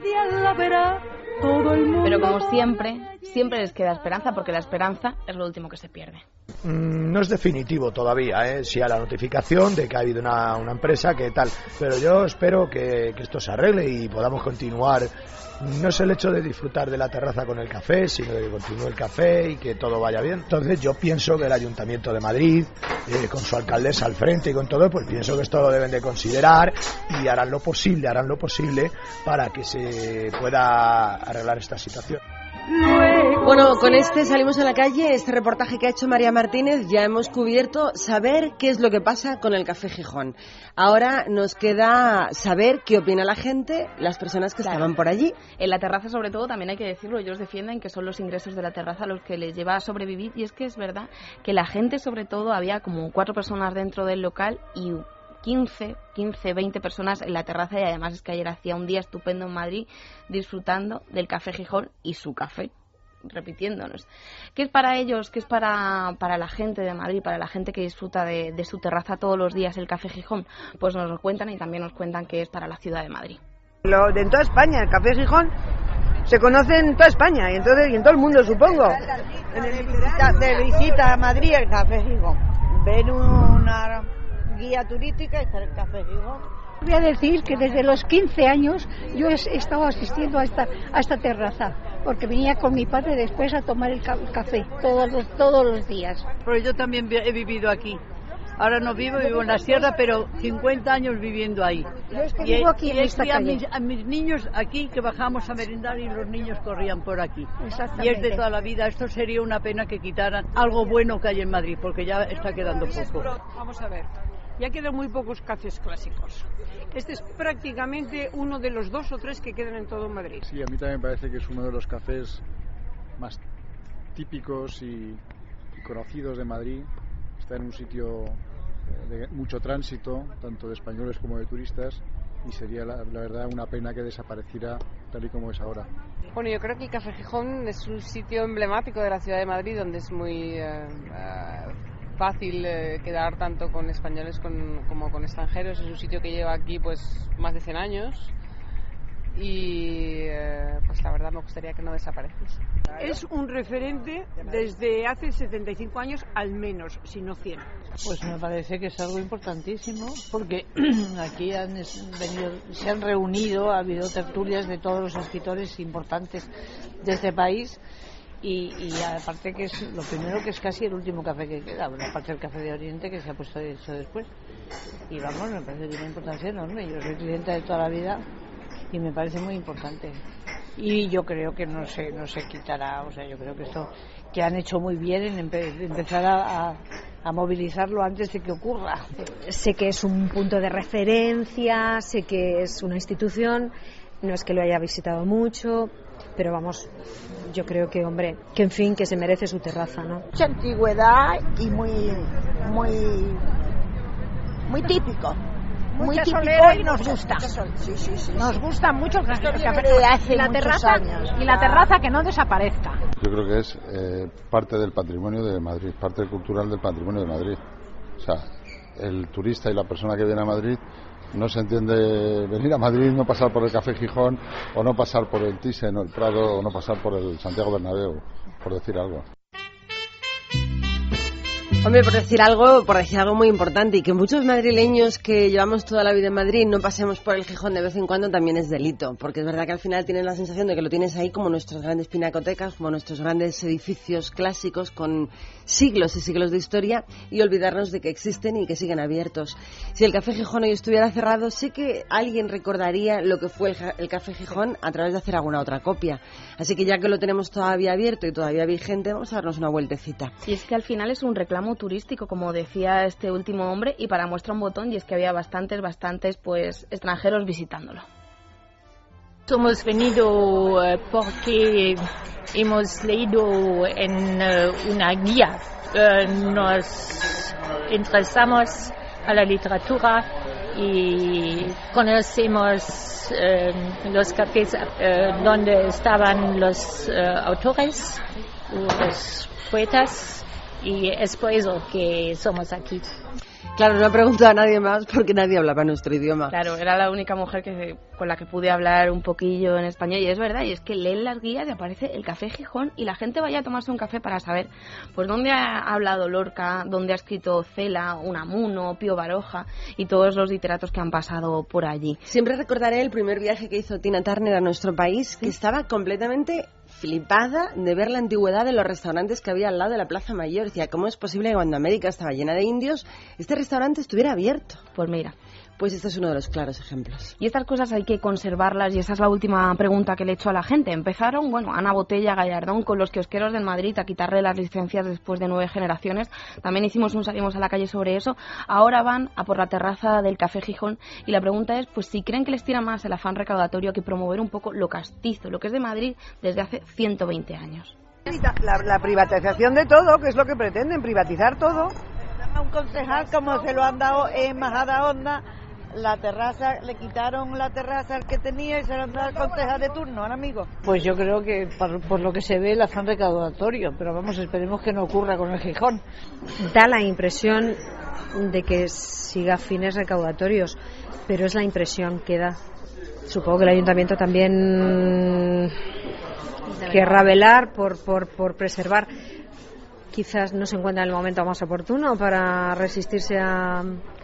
Pero como siempre, siempre les queda esperanza, porque la esperanza es lo último que se pierde. Mm, no es definitivo todavía, ¿eh? Sí, a la notificación de que ha habido una, una empresa que tal, pero yo espero que, que esto se arregle y podamos continuar. No es el hecho de disfrutar de la terraza con el café, sino de que continúe el café y que todo vaya bien. Entonces yo pienso que el Ayuntamiento de Madrid, eh, con su alcaldesa al frente y con todo, pues pienso que esto lo deben de considerar y harán lo posible, harán lo posible para que se pueda arreglar esta situación. Bueno, con este salimos a la calle, este reportaje que ha hecho María Martínez, ya hemos cubierto saber qué es lo que pasa con el Café Gijón. Ahora nos queda saber qué opina la gente, las personas que claro. estaban por allí. En la terraza, sobre todo, también hay que decirlo, ellos defienden que son los ingresos de la terraza los que les lleva a sobrevivir, y es que es verdad que la gente, sobre todo, había como cuatro personas dentro del local y quince, veinte personas en la terraza, y además es que ayer hacía un día estupendo en Madrid disfrutando del Café Gijón y su café, repitiéndonos. ¿Qué es para ellos? ¿Qué es para, para la gente de Madrid, para la gente que disfruta de, de su terraza todos los días el Café Gijón? Pues nos lo cuentan, y también nos cuentan qué es para la ciudad de Madrid. Lo de en toda España, el Café Gijón se conoce en toda España y entonces y en todo el mundo, supongo. En el visita, de visita a Madrid, el Café Gijón. Ven una guía turística y está el Café Gijón. Voy a decir que desde los quince años yo he estado asistiendo a esta, a esta terraza, porque venía con mi padre después a tomar el café todos los, todos los días. Pero yo también he vivido aquí. Ahora no vivo, vivo en la sierra, pero cincuenta años viviendo ahí. Yo es que y, vivo aquí y en esta a calle. mis, a mis niños aquí que bajamos a merendar y los niños corrían por aquí. Exactamente. Y es de toda la vida. Esto sería una pena que quitaran algo bueno que hay en Madrid, porque ya está quedando poco. Vamos a ver. Ya quedan muy pocos cafés clásicos. Este es prácticamente uno de los dos o tres que quedan en todo Madrid. Sí, a mí también me parece que es uno de los cafés más típicos y, y conocidos de Madrid. Está en un sitio de mucho tránsito, tanto de españoles como de turistas, y sería la, la verdad una pena que desapareciera tal y como es ahora. Bueno, yo creo que el Café Gijón es un sitio emblemático de la ciudad de Madrid, donde es muy uh, uh, fácil uh, quedar tanto con españoles con, como con extranjeros. Es un sitio que lleva aquí pues más de cien años y uh, pues la verdad me gustaría que no desapareciese. Es un referente desde hace setenta y cinco años al menos, si no cien. Pues me parece que es algo importantísimo, porque aquí han venido, se han reunido, ha habido tertulias de todos los escritores importantes de este país, y, y aparte que es lo primero, que es casi el último café que queda, aparte del café de Oriente que se ha puesto hecho después. Y vamos, me parece que tiene una importancia enorme. Yo soy clienta de toda la vida y me parece muy importante. Y yo creo que no se, no se quitará, o sea, yo creo que esto, que han hecho muy bien en empe- empezar a, a, a movilizarlo antes de que ocurra. Sé que es un punto de referencia, sé que es una institución, no es que lo haya visitado mucho, pero vamos, yo creo que, hombre, que en fin, que se merece su terraza, ¿no? Mucha antigüedad y muy, muy, muy típico. Muy Mucha típico solera y nos gusta. Sí, sí, sí. Nos gusta mucho el café de hace y la muchos terraza, años. y la terraza que no desaparezca. Yo creo que es eh, parte del patrimonio de Madrid, parte cultural del patrimonio de Madrid. O sea, el turista y la persona que viene a Madrid no se entiende venir a Madrid, no pasar por el Café Gijón, o no pasar por el Thyssen o el Prado, o no pasar por el Santiago Bernabéu, por decir algo. Hombre, por decir algo, por decir algo muy importante, y que muchos madrileños que llevamos toda la vida en Madrid no pasemos por el Gijón de vez en cuando también es delito, porque es verdad que al final tienes la sensación de que lo tienes ahí como nuestras grandes pinacotecas, como nuestros grandes edificios clásicos con siglos y siglos de historia, y olvidarnos de que existen y que siguen abiertos. Si el Café Gijón hoy estuviera cerrado, sí que alguien recordaría lo que fue el, el Café Gijón a través de hacer alguna otra copia. Así que ya que lo tenemos todavía abierto y todavía vigente, vamos a darnos una vueltecita. Y es que al final es un reclamo turístico, como decía este último hombre, y para muestra un botón, y es que había bastantes, bastantes pues extranjeros visitándolo. Hemos venido uh, porque hemos leído en uh, una guía, uh, nos interesamos a la literatura y conocemos uh, los cafés uh, donde estaban los uh, autores, los poetas, y es por eso que somos aquí. Claro, no he preguntado a nadie más porque nadie hablaba nuestro idioma. Claro, era la única mujer que con la que pude hablar un poquillo en español, y es verdad, y es que leen las guías y aparece el Café Gijón y la gente vaya a tomarse un café para saber pues dónde ha hablado Lorca, dónde ha escrito Cela, Unamuno, Pío Baroja y todos los literatos que han pasado por allí. Siempre recordaré el primer viaje que hizo Tina Turner a nuestro país, ¿sí? Que estaba completamente flipada de ver la antigüedad de los restaurantes que había al lado de la Plaza Mayor. Decía, ¿cómo es posible que cuando América estaba llena de indios, este restaurante estuviera abierto? Pues mira, pues este es uno de los claros ejemplos. Y estas cosas hay que conservarlas, y esa es la última pregunta que le he hecho a la gente. Empezaron, bueno, Ana Botella, Gallardón, con los kiosqueros del Madrid a quitarle las licencias después de nueve generaciones. También hicimos un Salimos a la calle sobre eso. Ahora van a por la terraza del Café Gijón, y la pregunta es, pues si creen que les tira más el afán recaudatorio que promover un poco lo castizo, lo que es de Madrid desde hace ciento veinte años. La, la privatización de todo, que es lo que pretenden, privatizar todo. A un concejal, como se lo han dado en Majadahonda, la terraza, le quitaron la terraza al que tenía y se lo han dado al concejal de turno, ¿no, amigo? Pues yo creo que por, por lo que se ve el afán recaudatorio, pero vamos, esperemos que no ocurra con el Gijón. Da la impresión de que siga fines recaudatorios, pero es la impresión que da. Supongo que el ayuntamiento también querrá velar por, por, por preservar. Quizás no se encuentra en el momento más oportuno para resistirse a,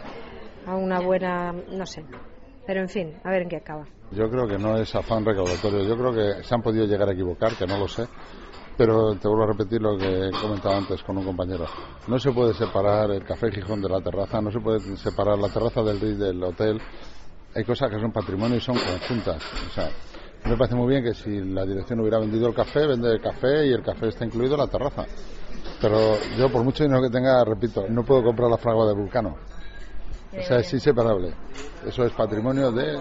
a una buena, no sé, pero en fin, a ver en qué acaba. Yo creo que no es afán recaudatorio, yo creo que se han podido llegar a equivocar, que no lo sé, pero te vuelvo a repetir lo que he comentado antes con un compañero. No se puede separar el Café Gijón de la terraza, no se puede separar la terraza del Ritz del hotel. Hay cosas que son patrimonio y son conjuntas. O sea, me parece muy bien que si la dirección hubiera vendido el café, vende el café y el café está incluido en la terraza. Pero yo, por mucho dinero que tenga, repito, no puedo comprar la fragua de Vulcano. O sea, es inseparable. Eso es patrimonio de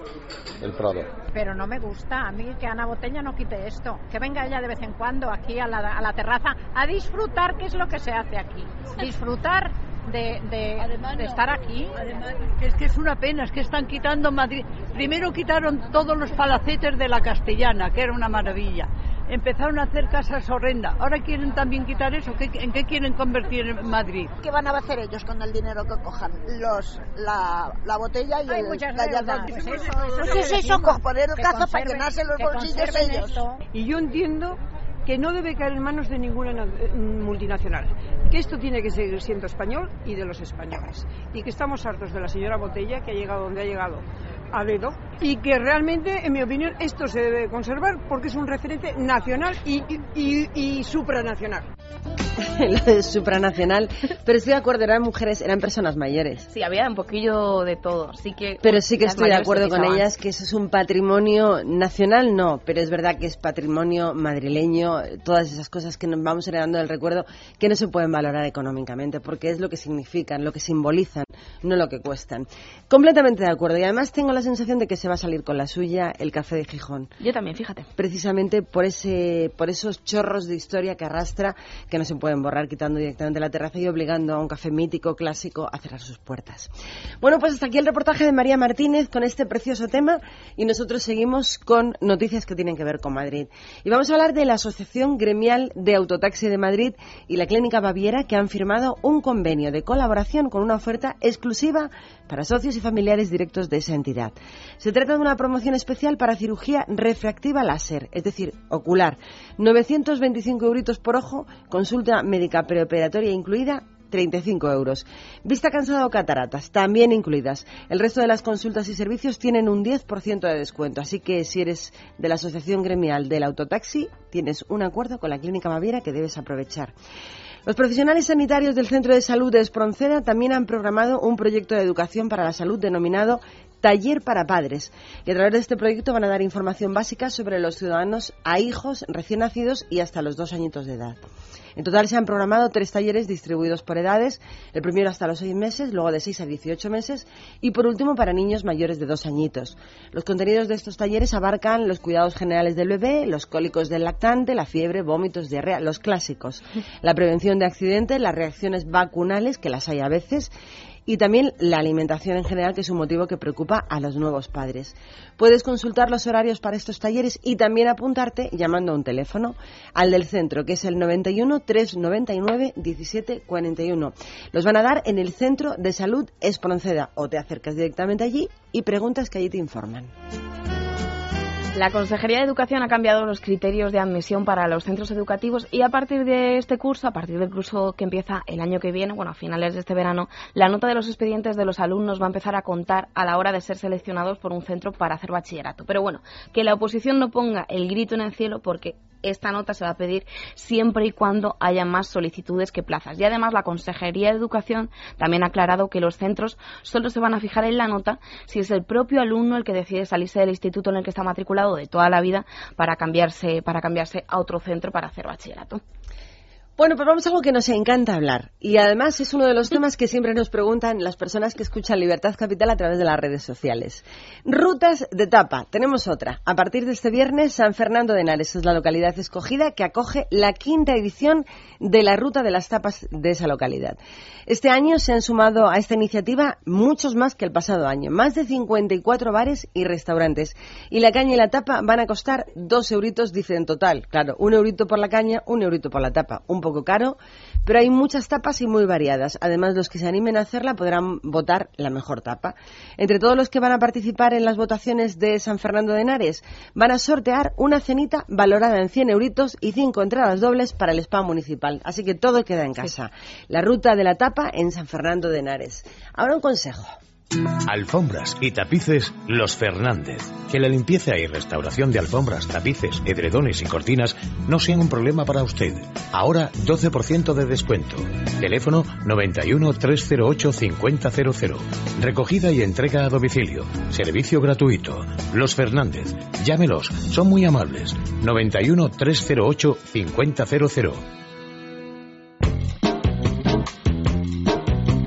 el Prado. Pero no me gusta a mí que Ana Botella no quite esto, que venga ella de vez en cuando aquí a la, a la terraza a disfrutar, que es lo que se hace aquí, disfrutar de, de, de estar aquí. Además, es que es una pena, es que están quitando Madrid. Primero quitaron todos los palacetes de la Castellana, que era una maravilla. Empezaron a hacer casas horrendas. Ahora quieren también quitar eso. ¿Qué, ¿En qué quieren convertir en Madrid? ¿Qué van a hacer ellos con el dinero que cojan? Los, la, la botella y Hay el, muchas la deudas. llave. Pues eso, eso Pues es lo es que eso, decimos, con poner el que cazo para conserven- llenarse los que bolsillos conserven ellos. esto. Y yo entiendo que no debe caer en manos de ninguna na- multinacional, que esto tiene que seguir siendo español y de los españoles, y que estamos hartos de la señora Botella, que ha llegado donde ha llegado a dedo, y que realmente, en mi opinión, esto se debe conservar porque es un referente nacional y, y, y, y supranacional. Lo de supranacional, pero estoy de acuerdo, eran mujeres, eran personas mayores. Sí, había un poquillo de todo, sí que... Pero sí que las estoy de mayores se acuerdo con pisaban. ellas que eso es un patrimonio nacional, no, pero es verdad que es patrimonio madrileño, todas esas cosas que nos vamos heredando del recuerdo que no se pueden valorar económicamente, porque es lo que significan, lo que simbolizan, no lo que cuestan. Completamente de acuerdo, y además tengo la sensación de que se va a salir con la suya el Café de Gijón. Yo también, fíjate. Precisamente por ese, por esos chorros de historia que arrastra, que no se pueden borrar quitando directamente la terraza y obligando a un café mítico, clásico, a cerrar sus puertas. Bueno, pues hasta aquí el reportaje de María Martínez con este precioso tema, y nosotros seguimos con noticias que tienen que ver con Madrid. Y vamos a hablar de la Asociación Gremial de Autotaxi de Madrid y la Clínica Baviera, que han firmado un convenio de colaboración con una oferta exclusiva para socios y familiares directos de esa entidad. Se trata de una promoción especial para cirugía refractiva láser, es decir, ocular. novecientos veinticinco euritos por ojo, consulta médica preoperatoria incluida, treinta y cinco euros. Vista cansada o cataratas, también incluidas. El resto de las consultas y servicios tienen un diez por ciento de descuento, así que si eres de la Asociación Gremial del Autotaxi, tienes un acuerdo con la Clínica Baviera que debes aprovechar. Los profesionales sanitarios del Centro de Salud de Espronceda también han programado un proyecto de educación para la salud denominado Taller para Padres, y a través de este proyecto van a dar información básica sobre los ciudadanos a hijos recién nacidos y hasta los dos añitos de edad. En total se han programado tres talleres distribuidos por edades, el primero hasta los seis meses, luego de seis a dieciocho meses y por último para niños mayores de dos añitos. Los contenidos de estos talleres abarcan los cuidados generales del bebé, los cólicos del lactante, la fiebre, vómitos, diarrea, los clásicos, la prevención de accidentes, las reacciones vacunales, que las hay a veces, y también la alimentación en general, que es un motivo que preocupa a los nuevos padres. Puedes consultar los horarios para estos talleres y también apuntarte llamando a un teléfono, al del centro, que es el noventa y uno, trescientos noventa y nueve, diecisiete cuarenta y uno. Los van a dar en el Centro de Salud Espronceda, o te acercas directamente allí y preguntas, que allí te informan. La Consejería de Educación ha cambiado los criterios de admisión para los centros educativos y a partir de este curso, a partir del curso que empieza el año que viene, bueno, a finales de este verano, la nota de los expedientes de los alumnos va a empezar a contar a la hora de ser seleccionados por un centro para hacer bachillerato. Pero bueno, que la oposición no ponga el grito en el cielo, porque esta nota se va a pedir siempre y cuando haya más solicitudes que plazas. Y además la Consejería de Educación también ha aclarado que los centros solo se van a fijar en la nota si es el propio alumno el que decide salirse del instituto en el que está matriculado de toda la vida para cambiarse, para cambiarse a otro centro para hacer bachillerato. Bueno, pues vamos a algo que nos encanta hablar, y además es uno de los temas que siempre nos preguntan las personas que escuchan Libertad Capital a través de las redes sociales. Rutas de tapa. Tenemos otra. A partir de este viernes, San Fernando de Henares es la localidad escogida que acoge la quinta edición de la Ruta de las Tapas de esa localidad. Este año se han sumado a esta iniciativa muchos más que el pasado año, más de cincuenta y cuatro bares y restaurantes, y la caña y la tapa van a costar dos euritos, dice en total. Claro, un eurito por la caña, un eurito por la tapa, un poco caro, pero hay muchas tapas y muy variadas. Además, los que se animen a hacerla podrán votar la mejor tapa. Entre todos los que van a participar en las votaciones de San Fernando de Henares, van a sortear una cenita valorada en cien euritos y cinco entradas dobles para el spa municipal. Así que todo queda en casa. Sí. La Ruta de la Tapa en San Fernando de Henares. Ahora un consejo. Alfombras y tapices Los Fernández. Que la limpieza y restauración de alfombras, tapices, edredones y cortinas no sean un problema para usted. Ahora doce por ciento de descuento. Teléfono noventa y uno, trescientos ocho, cincuenta cero cero. Recogida y entrega a domicilio. Servicio gratuito. Los Fernández. Llámelos, son muy amables. noventa y uno, trescientos ocho, cincuenta cero cero.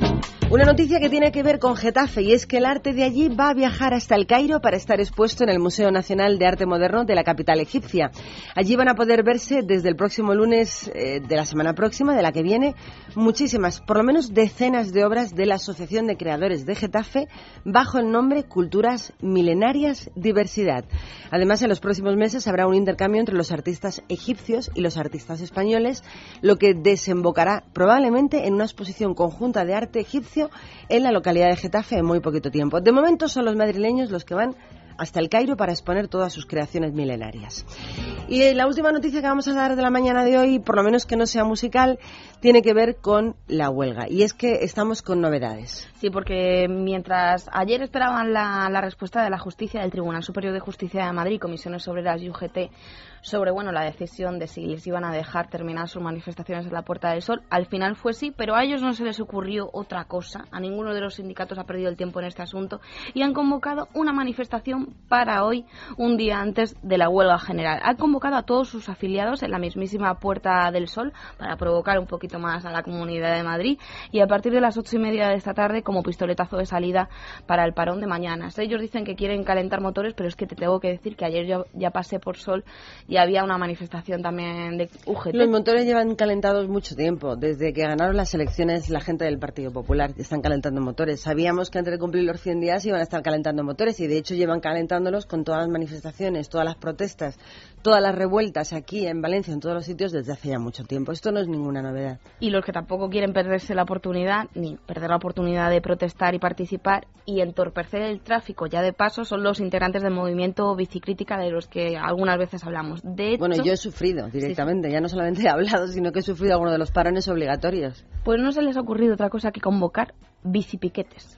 Una noticia que tiene que ver con Getafe, y es que el arte de allí va a viajar hasta el Cairo para estar expuesto en el Museo Nacional de Arte Moderno de la capital egipcia. Allí van a poder verse desde el próximo lunes eh, de la semana próxima, de la que viene, muchísimas, por lo menos decenas de obras de la Asociación de Creadores de Getafe bajo el nombre Culturas Milenarias Diversidad. Además, en los próximos meses habrá un intercambio entre los artistas egipcios y los artistas españoles, lo que desembocará probablemente en una exposición conjunta de arte egipcio en la localidad de Getafe en muy poquito tiempo. De momento son los madrileños los que van hasta el Cairo para exponer todas sus creaciones milenarias. Y la última noticia que vamos a dar de la mañana de hoy, por lo menos que no sea musical, tiene que ver con la huelga. Y es que estamos con novedades. Sí, porque mientras ayer esperaban la, la respuesta de la justicia del Tribunal Superior de Justicia de Madrid, Comisiones Obreras y U G T, sobre bueno la decisión de si les iban a dejar terminar sus manifestaciones en la Puerta del Sol, al final fue sí, pero a ellos no se les ocurrió otra cosa. A ninguno de los sindicatos ha perdido el tiempo en este asunto y han convocado una manifestación para hoy, un día antes de la huelga general. Han convocado a todos sus afiliados en la mismísima Puerta del Sol para provocar un poquito más a la Comunidad de Madrid, y a partir de las ocho y media de esta tarde como pistoletazo de salida para el parón de mañana. Ellos dicen que quieren calentar motores, pero es que te tengo que decir que ayer yo ya pasé por Sol y había una manifestación también de U G T. Los motores llevan calentados mucho tiempo. Desde que ganaron las elecciones la gente del Partido Popular están calentando motores. Sabíamos que antes de cumplir los cien días iban a estar calentando motores, y de hecho llevan calentándolos con todas las manifestaciones, todas las protestas, todas las revueltas aquí en Valencia, en todos los sitios, desde hace ya mucho tiempo. Esto no es ninguna novedad. Y los que tampoco quieren perderse la oportunidad, ni perder la oportunidad de protestar y participar y entorpecer el tráfico ya de paso, son los integrantes del movimiento Bicicrítica, de los que algunas veces hablamos. De hecho, bueno, yo he sufrido directamente, sí. Ya no solamente he hablado, sino que he sufrido alguno de los parones obligatorios. Pues no se les ha ocurrido otra cosa que convocar bicipiquetes.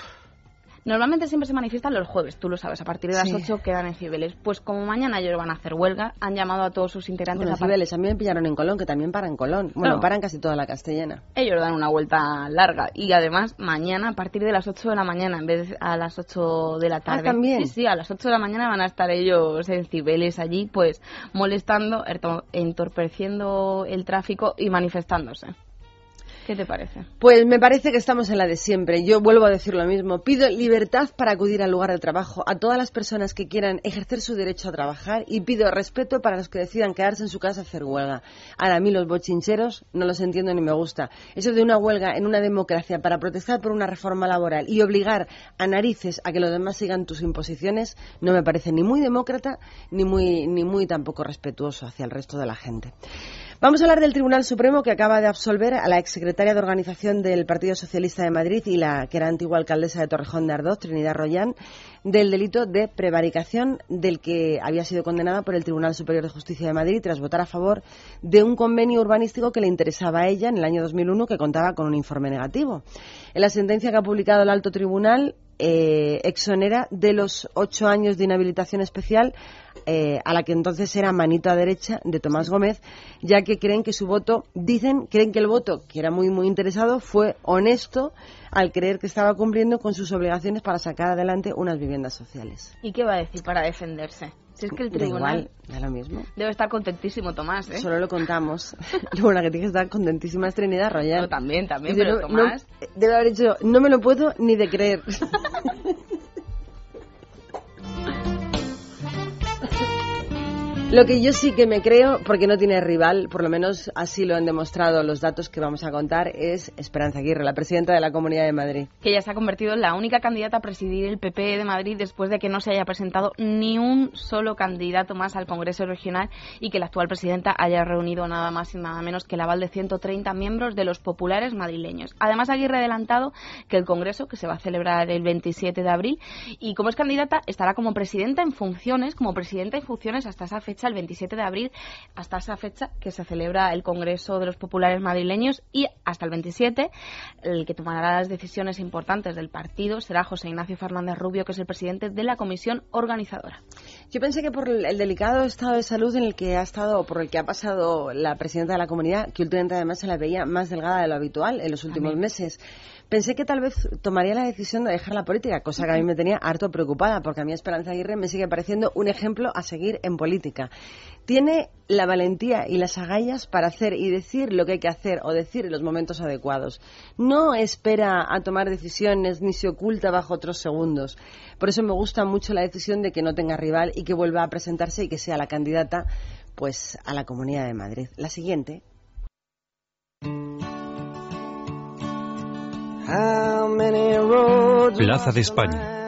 Normalmente siempre se manifiestan los jueves, tú lo sabes, a partir de las sí. ocho quedan en Cibeles. Pues como mañana ellos van a hacer huelga, han llamado a todos sus integrantes bueno, a Cibeles, a mí me pillaron en Colón, que también paran Colón. Bueno, no. paran casi toda la Castellana. Ellos dan una vuelta larga, y además mañana a partir de las ocho de la mañana en vez de a las ocho de la tarde. Ah, ¿también? Sí, sí, a las ocho de la mañana van a estar ellos en Cibeles allí, pues molestando, entorpeciendo el tráfico y manifestándose. ¿Qué te parece? Pues me parece que estamos en la de siempre. Yo vuelvo a decir lo mismo. Pido libertad para acudir al lugar de trabajo a todas las personas que quieran ejercer su derecho a trabajar, y pido respeto para los que decidan quedarse en su casa a hacer huelga. Ahora, a mí los bochincheros no los entiendo ni me gusta. Eso de una huelga en una democracia para protestar por una reforma laboral y obligar a narices a que los demás sigan tus imposiciones no me parece ni muy demócrata ni muy, ni muy tampoco respetuoso hacia el resto de la gente. Vamos a hablar del Tribunal Supremo, que acaba de absolver a la exsecretaria de Organización del Partido Socialista de Madrid y la que era antigua alcaldesa de Torrejón de Ardoz, Trinidad Rollán, del delito de prevaricación, del que había sido condenada por el Tribunal Superior de Justicia de Madrid tras votar a favor de un convenio urbanístico que le interesaba a ella en el año dos mil uno, que contaba con un informe negativo. En la sentencia que ha publicado el Alto Tribunal, eh, exonera de los ocho años de inhabilitación especial eh, a la que entonces era manito a derecha de Tomás Gómez, ya que creen que su voto, dicen, creen que el voto, que era muy muy interesado, fue honesto al creer que estaba cumpliendo con sus obligaciones para sacar adelante unas viviendas sociales. ¿Y qué va a decir para defenderse? Si es que el tribunal... Da igual, da lo mismo. Debe estar contentísimo Tomás, ¿eh? Solo lo contamos. Luego la que tiene que estar contentísima es Trinidad Rollán. No, también, también, Dice, pero no, Tomás... No, debe haber dicho, no me lo puedo ni de creer. Lo que yo sí que me creo, porque no tiene rival, por lo menos así lo han demostrado los datos que vamos a contar, es Esperanza Aguirre, la presidenta de la Comunidad de Madrid. Que ya se ha convertido en la única candidata a presidir el P P de Madrid después de que no se haya presentado ni un solo candidato más al Congreso Regional, y que la actual presidenta haya reunido nada más y nada menos que el aval de ciento treinta miembros de los populares madrileños. Además, Aguirre ha adelantado que el Congreso, que se va a celebrar el veintisiete de abril, y como es candidata, estará como presidenta en funciones, como presidenta en funciones hasta esa fecha, el veintisiete de abril, hasta esa fecha que se celebra el Congreso de los Populares Madrileños, y hasta el veintisiete el que tomará las decisiones importantes del partido será José Ignacio Fernández Rubio, que es el presidente de la comisión organizadora. Yo pensé que por el delicado estado de salud en el que ha estado, por el que ha pasado la presidenta de la comunidad, que últimamente además se la veía más delgada de lo habitual en los últimos meses, pensé que tal vez tomaría la decisión de dejar la política, cosa que a mí me tenía harto preocupada, porque a mí Esperanza Aguirre me sigue pareciendo un ejemplo a seguir en política. Tiene la valentía y las agallas para hacer y decir lo que hay que hacer o decir en los momentos adecuados. No espera a tomar decisiones ni se oculta bajo otros segundos. Por eso me gusta mucho la decisión de que no tenga rival y que vuelva a presentarse y que sea la candidata pues a la Comunidad de Madrid. La siguiente. Plaza de España.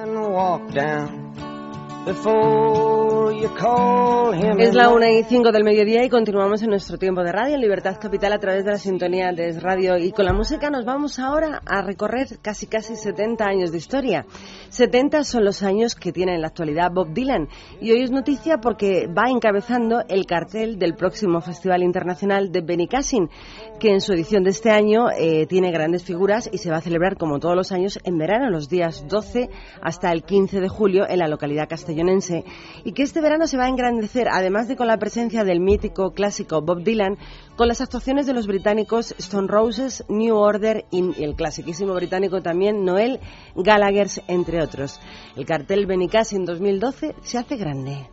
Es la una y cinco del mediodía y continuamos en nuestro tiempo de radio en Libertad Capital a través de la sintonía de Es Radio. Y con la música nos vamos ahora a recorrer casi casi setenta años de historia. setenta son los años que tiene en la actualidad Bob Dylan. Y hoy es noticia porque va encabezando el cartel del próximo Festival Internacional de Benicàssim, que en su edición de este año eh, tiene grandes figuras y se va a celebrar como todos los años en verano, los días doce hasta el quince de julio en la localidad castellonense. Y que este verano se va a engrandecer, además de con la presencia del mítico clásico Bob Dylan, con las actuaciones de los británicos Stone Roses, New Order y el clasiquísimo británico también Noel Gallagher, entre otros. El cartel Benicàssim dos mil doce se hace grande.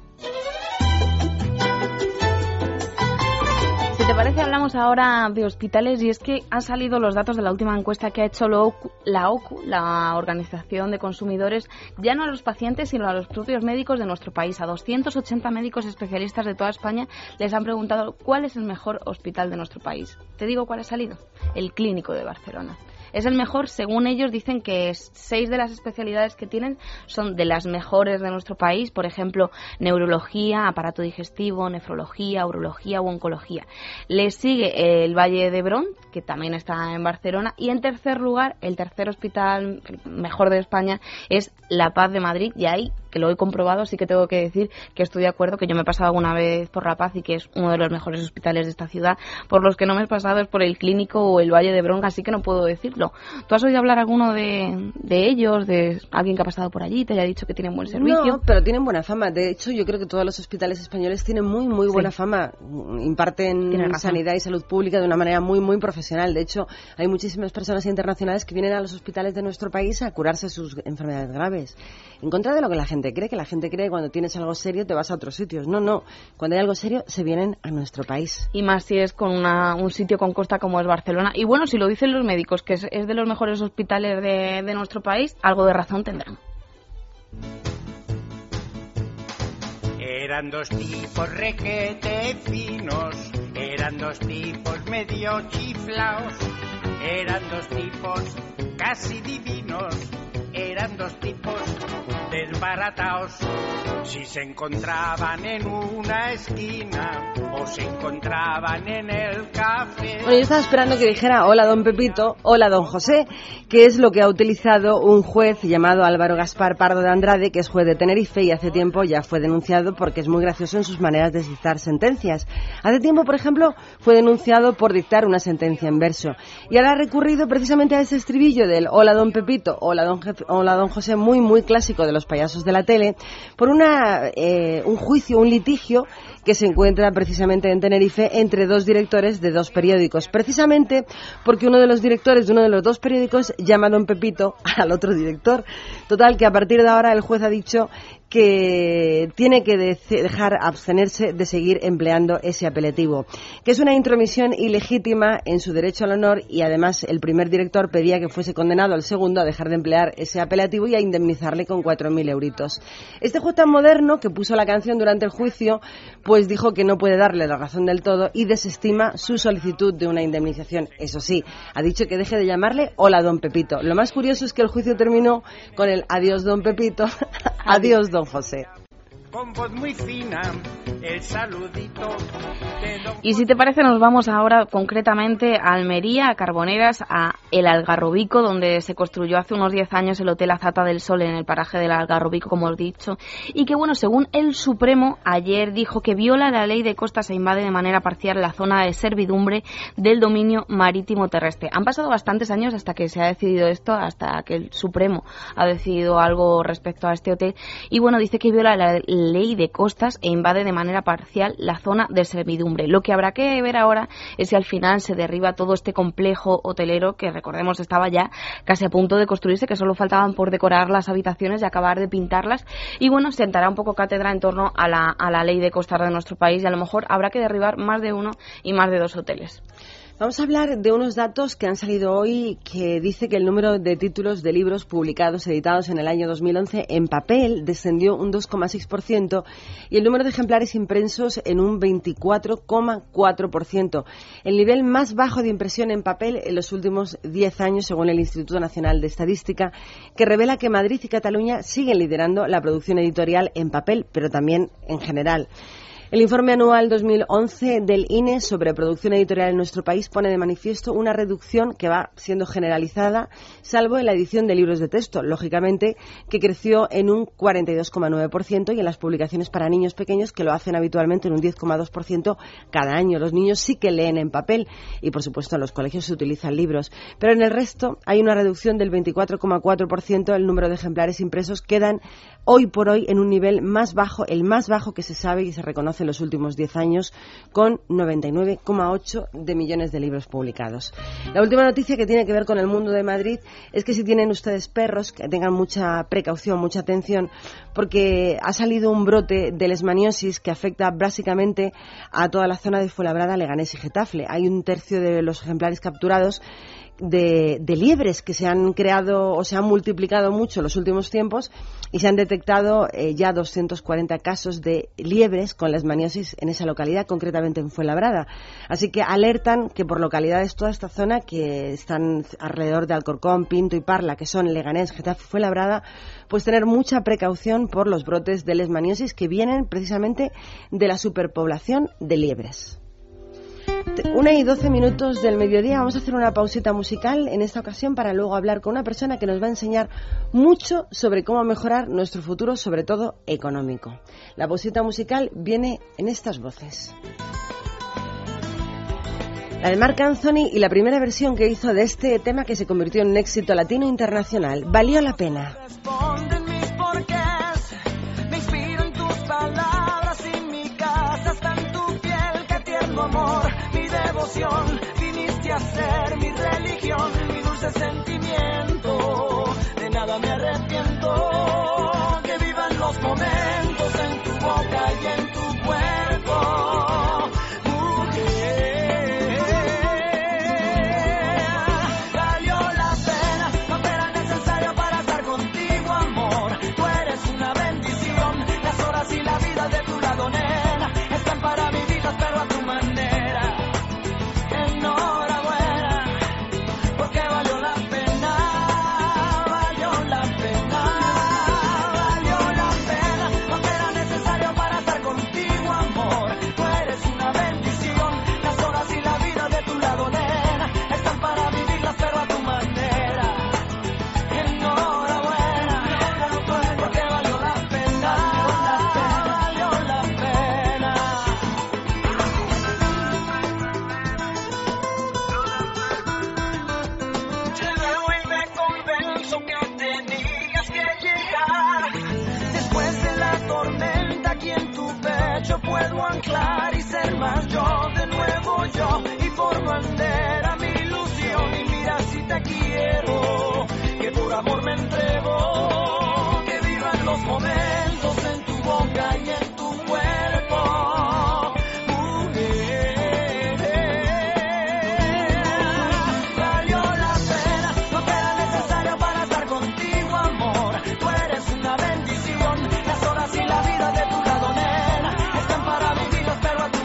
Si te parece, hablamos ahora de hospitales y es que han salido los datos de la última encuesta que ha hecho la O C U, la, O C U, la Organización de Consumidores, ya no a los pacientes, sino a los propios médicos de nuestro país. A doscientos ochenta médicos especialistas de toda España les han preguntado cuál es el mejor hospital de nuestro país. Te digo cuál ha salido, el Clínico de Barcelona. Es el mejor, según ellos dicen que seis de las especialidades que tienen son de las mejores de nuestro país, por ejemplo, neurología, aparato digestivo, nefrología, urología u oncología. Le sigue el Valle de Hebrón, que también está en Barcelona, y en tercer lugar, el tercer hospital mejor de España es La Paz de Madrid, y ahí, que lo he comprobado, sí que tengo que decir que estoy de acuerdo, que yo me he pasado alguna vez por La Paz y que es uno de los mejores hospitales de esta ciudad. Por los que no me he pasado es por el Clínico o el Valle de Hebrón, así que no puedo decirlo. ¿Tú has oído hablar alguno de, de ellos, de alguien que ha pasado por allí, te haya dicho que tienen buen servicio? No, pero tienen buena fama. De hecho, yo creo que todos los hospitales españoles tienen muy, muy buena sí. fama. Imparten sanidad y salud pública de una manera muy, muy profesional. De hecho, hay muchísimas personas internacionales que vienen a los hospitales de nuestro país a curarse sus enfermedades graves. En contra de lo que la gente cree, que la gente cree que cuando tienes algo serio te vas a otros sitios. No, no. Cuando hay algo serio se vienen a nuestro país. Y más si es con una, un sitio con costa como es Barcelona. Y bueno, si lo dicen los médicos, que es, es de los mejores hospitales de, de nuestro país, algo de razón tendrán. Eran dos tipos requete finos, eran dos tipos medio chiflaos, eran dos tipos casi divinos, eran dos tipos desbarataos. Si se encontraban en una esquina o se encontraban en el café. Bueno, yo estaba esperando que dijera hola don Pepito, hola don José, que es lo que ha utilizado un juez llamado Álvaro Gaspar Pardo de Andrade, que es juez de Tenerife y hace tiempo ya fue denunciado porque es muy gracioso en sus maneras de dictar sentencias. Hace tiempo, por ejemplo, fue denunciado por dictar una sentencia en verso y ahora ha recurrido precisamente a ese estribillo del hola don Pepito, hola don, Jefe, hola don José, muy muy clásico de los payasos de la tele, por una eh, un juicio, un litigio que se encuentra precisamente en Tenerife entre dos directores de dos periódicos, precisamente porque uno de los directores de uno de los dos periódicos llama a don Pepito al otro director. Total, que a partir de ahora el juez ha dicho que tiene que de- dejar abstenerse de seguir empleando ese apelativo, que es una intromisión ilegítima en su derecho al honor, y además el primer director pedía que fuese condenado al segundo a dejar de emplear ese apelativo y a indemnizarle con cuatro mil euritos. Este juez tan moderno, que puso la canción durante el juicio, pues dijo que no puede darle la razón del todo y desestima su solicitud de una indemnización. Eso sí, ha dicho que deje de llamarle hola don Pepito. Lo más curioso es que el juicio terminó con el adiós don Pepito, adiós don José. Con voz muy fina, el saludito de don... Y si te parece, nos vamos ahora concretamente a Almería, a Carboneras, a El Algarrobico, donde se construyó hace unos diez años el Hotel Azata del Sol en el paraje del Algarrobico, como os he dicho, y que, bueno, según el Supremo, ayer dijo que viola la ley de costas e invade de manera parcial la zona de servidumbre del dominio marítimo terrestre. Han pasado bastantes años hasta que se ha decidido esto, hasta que el Supremo ha decidido algo respecto a este hotel, y bueno, dice que viola la ley de costas e invade de manera parcial la zona de servidumbre. Lo que habrá que ver ahora es si al final se derriba todo este complejo hotelero que, recordemos, estaba ya casi a punto de construirse, que solo faltaban por decorar las habitaciones y acabar de pintarlas. Y bueno, sentará un poco cátedra en torno a la, a la ley de costas de nuestro país, y a lo mejor habrá que derribar más de uno y más de dos hoteles. Vamos a hablar de unos datos que han salido hoy, que dice que el número de títulos de libros publicados, editados en el año dos mil once en papel descendió un dos coma seis por ciento y el número de ejemplares impresos en un veinticuatro coma cuatro por ciento. El nivel más bajo de impresión en papel en los últimos diez años, según el Instituto Nacional de Estadística, que revela que Madrid y Cataluña siguen liderando la producción editorial en papel, pero también en general. El informe anual dos mil once del I N E sobre producción editorial en nuestro país pone de manifiesto una reducción que va siendo generalizada, salvo en la edición de libros de texto, lógicamente, que creció en un cuarenta y dos coma nueve por ciento, y en las publicaciones para niños pequeños, que lo hacen habitualmente en un diez coma dos por ciento cada año. Los niños sí que leen en papel y, por supuesto, en los colegios se utilizan libros. Pero en el resto hay una reducción del veinticuatro coma cuatro por ciento. El número de ejemplares impresos quedan hoy por hoy en un nivel más bajo, el más bajo que se sabe y se reconoce en los últimos diez años, con noventa y nueve coma ocho de millones de libros publicados. La última noticia, que tiene que ver con el mundo de Madrid, es que si tienen ustedes perros, que tengan mucha precaución, mucha atención, porque ha salido un brote de leishmaniosis que afecta básicamente a toda la zona de Fuenlabrada, Leganés y Getafe. Hay un tercio de los ejemplares capturados De, de liebres que se han creado o se han multiplicado mucho en los últimos tiempos, y se han detectado eh, ya doscientos cuarenta casos de liebres con leishmaniosis en esa localidad, concretamente en Fuenlabrada. Así que alertan que por localidades toda esta zona, que están alrededor de Alcorcón, Pinto y Parla, que son Leganés, Getafe y Fuenlabrada, pues tener mucha precaución por los brotes de leishmaniosis que vienen precisamente de la superpoblación de liebres. Una y doce minutos del mediodía. Vamos a hacer una pausita musical en esta ocasión para luego hablar con una persona que nos va a enseñar mucho sobre cómo mejorar nuestro futuro, sobre todo económico. La pausita musical viene en estas voces. La de Marc Anthony, y la primera versión que hizo de este tema, que se convirtió en un éxito latino internacional. Valió la pena. Responden mis porqués, me inspiro en tus palabras y mi casa está en tu piel, qué tierno amor. Devoción, viniste a ser mi religión, mi dulce sentimiento, de nada me arrepiento, que vivan los momentos en tu boca y en tu cuerpo, mujer, valió la pena, no era necesario para estar contigo, amor, tú eres una bendición, las horas y la vida de tu lado, nena, están para vivirlas pero a tu manera. Puedo anclar y ser más yo, de nuevo yo, y por bandera mi ilusión. Y mira si te quiero, que por amor me entrego, que vivan los momentos en tu boca y en tu cuerpo. Mujer, valió la pena, no te era necesario para estar contigo, amor. Tú eres una bendición, las horas y la vida de tu lado, nena, están para vivirlas pero a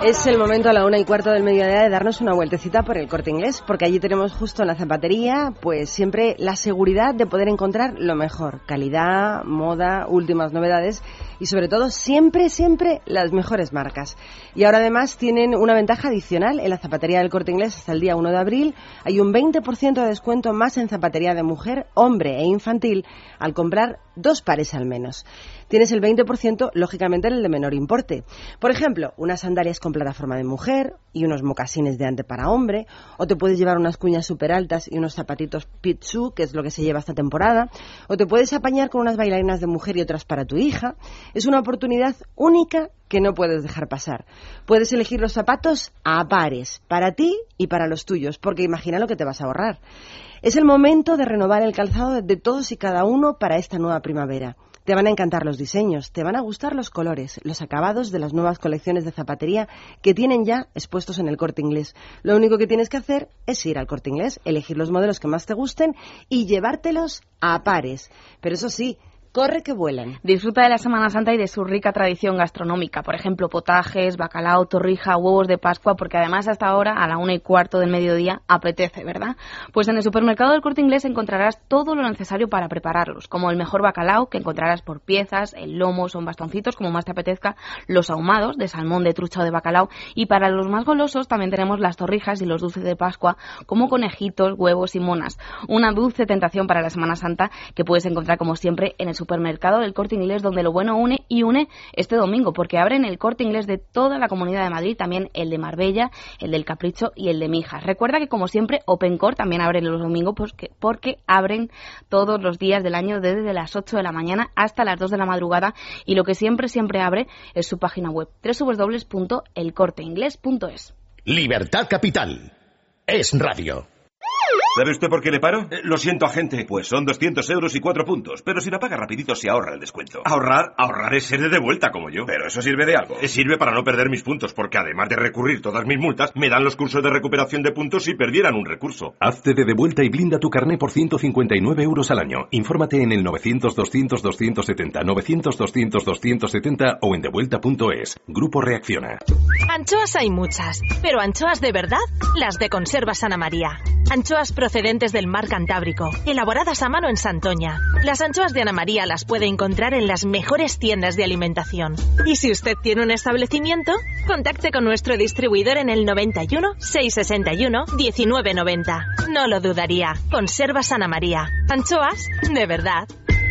Es el momento a la una y cuarto del mediodía de darnos una vueltecita por el Corte Inglés, porque allí tenemos justo en la zapatería, pues siempre la seguridad de poder encontrar lo mejor. Calidad, moda, últimas novedades y sobre todo siempre, siempre las mejores marcas. Y ahora además tienen una ventaja adicional en la zapatería del Corte Inglés hasta el día uno de abril. Hay un veinte por ciento de descuento más en zapatería de mujer, hombre e infantil al comprar dos pares al menos. Tienes el veinte por ciento, lógicamente, en el de menor importe. Por ejemplo, unas sandalias con plataforma de mujer y unos mocasines de ante para hombre, o te puedes llevar unas cuñas súper altas y unos zapatitos pitsu, que es lo que se lleva esta temporada, o te puedes apañar con unas bailarinas de mujer y otras para tu hija. Es una oportunidad única que no puedes dejar pasar. Puedes elegir los zapatos a pares, para ti y para los tuyos, porque imagina lo que te vas a ahorrar. Es el momento de renovar el calzado de todos y cada uno para esta nueva primavera. Te van a encantar los diseños, te van a gustar los colores, los acabados de las nuevas colecciones de zapatería que tienen ya expuestos en el Corte Inglés. Lo único que tienes que hacer es ir al Corte Inglés, elegir los modelos que más te gusten y llevártelos a pares. Pero eso sí, corre que vuelan. Disfruta de la Semana Santa y de su rica tradición gastronómica. Por ejemplo, potajes, bacalao, torrija, huevos de Pascua, porque además hasta ahora, a la una y cuarto del mediodía, apetece, ¿verdad? Pues en el supermercado del Corte Inglés encontrarás todo lo necesario para prepararlos, como el mejor bacalao, que encontrarás por piezas, el lomo, son bastoncitos, como más te apetezca, los ahumados, de salmón, de trucha o de bacalao, y para los más golosos también tenemos las torrijas y los dulces de Pascua, como conejitos, huevos y monas. Una dulce tentación para la Semana Santa que puedes encontrar, como siempre, en el supermercado del Corte Inglés, donde lo bueno une y une este domingo, porque abren el Corte Inglés de toda la Comunidad de Madrid, también el de Marbella, el del Capricho y el de Mijas. Recuerda que, como siempre, OpenCore también abren los domingos porque, porque abren todos los días del año desde las ocho de la mañana hasta las dos de la madrugada, y lo que siempre, siempre abre es su página web, doble u doble u doble u punto el corte inglés punto es. Libertad Capital. Es radio. ¿Sabe usted por qué le paro? Eh, lo siento, agente. Pues son doscientos euros y cuatro puntos. Pero si la paga rapidito se ahorra el descuento. ¿Ahorrar? Ahorrar es ser de vuelta como yo. Pero eso sirve de algo. Eh, sirve para no perder mis puntos, porque además de recurrir todas mis multas, me dan los cursos de recuperación de puntos si perdieran un recurso. Hazte de devuelta y blinda tu carné por ciento cincuenta y nueve euros al año. Infórmate en el novecientos doscientos doscientos setenta, novecientos doscientos doscientos setenta o en devuelta punto es. Grupo Reacciona. Anchoas hay muchas, pero anchoas de verdad, las de Conservas Ana María. Anchoas procedentes del mar Cantábrico, elaboradas a mano en Santoña. Las anchoas de Ana María las puede encontrar en las mejores tiendas de alimentación. Y si usted tiene un establecimiento, contacte con nuestro distribuidor en el noventa y uno, seiscientos sesenta y uno, diecinueve noventa. No lo dudaría. Conservas Ana María. Anchoas de verdad.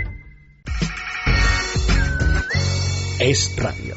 Es radio.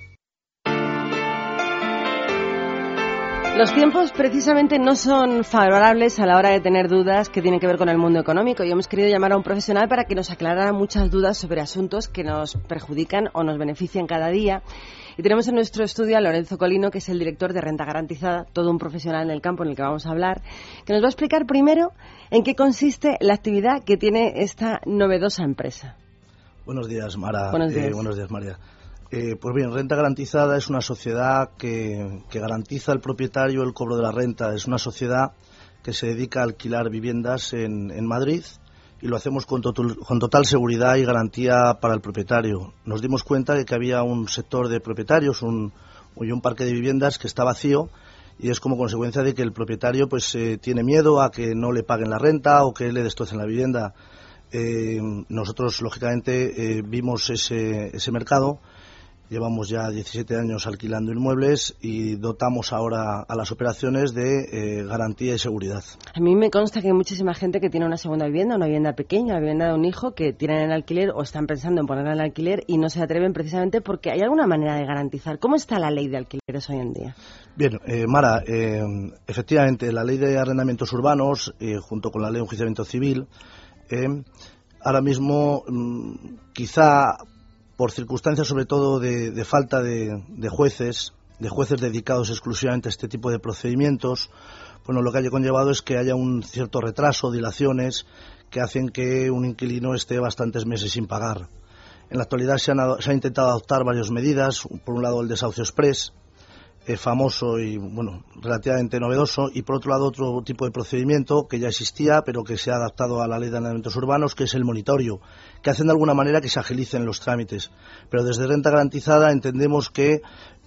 Los tiempos precisamente no son favorables a la hora de tener dudas que tienen que ver con el mundo económico, y hemos querido llamar a un profesional para que nos aclarara muchas dudas sobre asuntos que nos perjudican o nos benefician cada día. Y tenemos en nuestro estudio a Lorenzo Colino, que es el director de Renta Garantizada, todo un profesional en el campo en el que vamos a hablar, que nos va a explicar primero en qué consiste la actividad que tiene esta novedosa empresa. Buenos días, Mara. Buenos días, eh, buenos días María. Eh, pues bien, Renta Garantizada es una sociedad que, que garantiza al propietario el cobro de la renta. Es una sociedad que se dedica a alquilar viviendas en, en Madrid, y lo hacemos con, total, con total seguridad y garantía para el propietario. Nos dimos cuenta de que había un sector de propietarios, un, un parque de viviendas que está vacío, y es como consecuencia de que el propietario pues eh, tiene miedo a que no le paguen la renta o que le destrocen la vivienda. Eh, nosotros, lógicamente, eh, vimos ese, ese mercado. Llevamos ya diecisiete años alquilando inmuebles y dotamos ahora a las operaciones de eh, garantía y seguridad. A mí me consta que hay muchísima gente que tiene una segunda vivienda, una vivienda pequeña, una vivienda de un hijo, que tienen en alquiler o están pensando en ponerla en alquiler y no se atreven precisamente porque hay alguna manera de garantizar. ¿Cómo está la ley de alquileres hoy en día? Bien, eh, Mara, eh, efectivamente la ley de arrendamientos urbanos, eh, junto con la ley de enjuiciamiento civil, eh, ahora mismo mmm, quizá por circunstancias sobre todo de, de falta de, de jueces, de jueces dedicados exclusivamente a este tipo de procedimientos, bueno, lo que haya conllevado es que haya un cierto retraso, dilaciones, que hacen que un inquilino esté bastantes meses sin pagar. En la actualidad se han, se han intentado adoptar varias medidas, por un lado el desahucio exprés, eh, famoso y bueno relativamente novedoso, y por otro lado otro tipo de procedimiento que ya existía pero que se ha adaptado a la ley de arrendamientos urbanos, que es el monitorio, que hacen de alguna manera que se agilicen los trámites. Pero desde Renta Garantizada entendemos que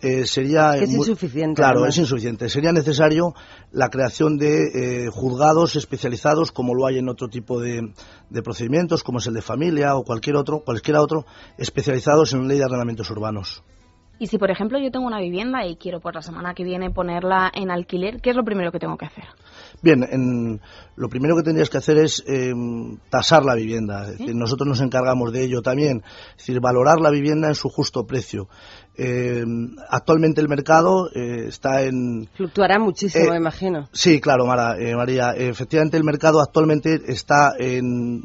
eh, sería... Es muy, insuficiente. Claro, además. es insuficiente. Sería necesario la creación de eh, juzgados especializados, como lo hay en otro tipo de, de procedimientos, como es el de familia o cualquier otro, cualquiera otro, especializados en ley de arrendamientos urbanos. Y si, por ejemplo, yo tengo una vivienda y quiero por la semana que viene ponerla en alquiler, ¿qué es lo primero que tengo que hacer? Bien, en, lo primero que tendrías que hacer es eh, tasar la vivienda. Es decir, nosotros nos encargamos de ello también. Es decir, valorar la vivienda en su justo precio. Eh, actualmente el mercado eh, está en... Fluctuará muchísimo, eh, imagino. Sí, claro, Mara, eh, María. Efectivamente, el mercado actualmente está en...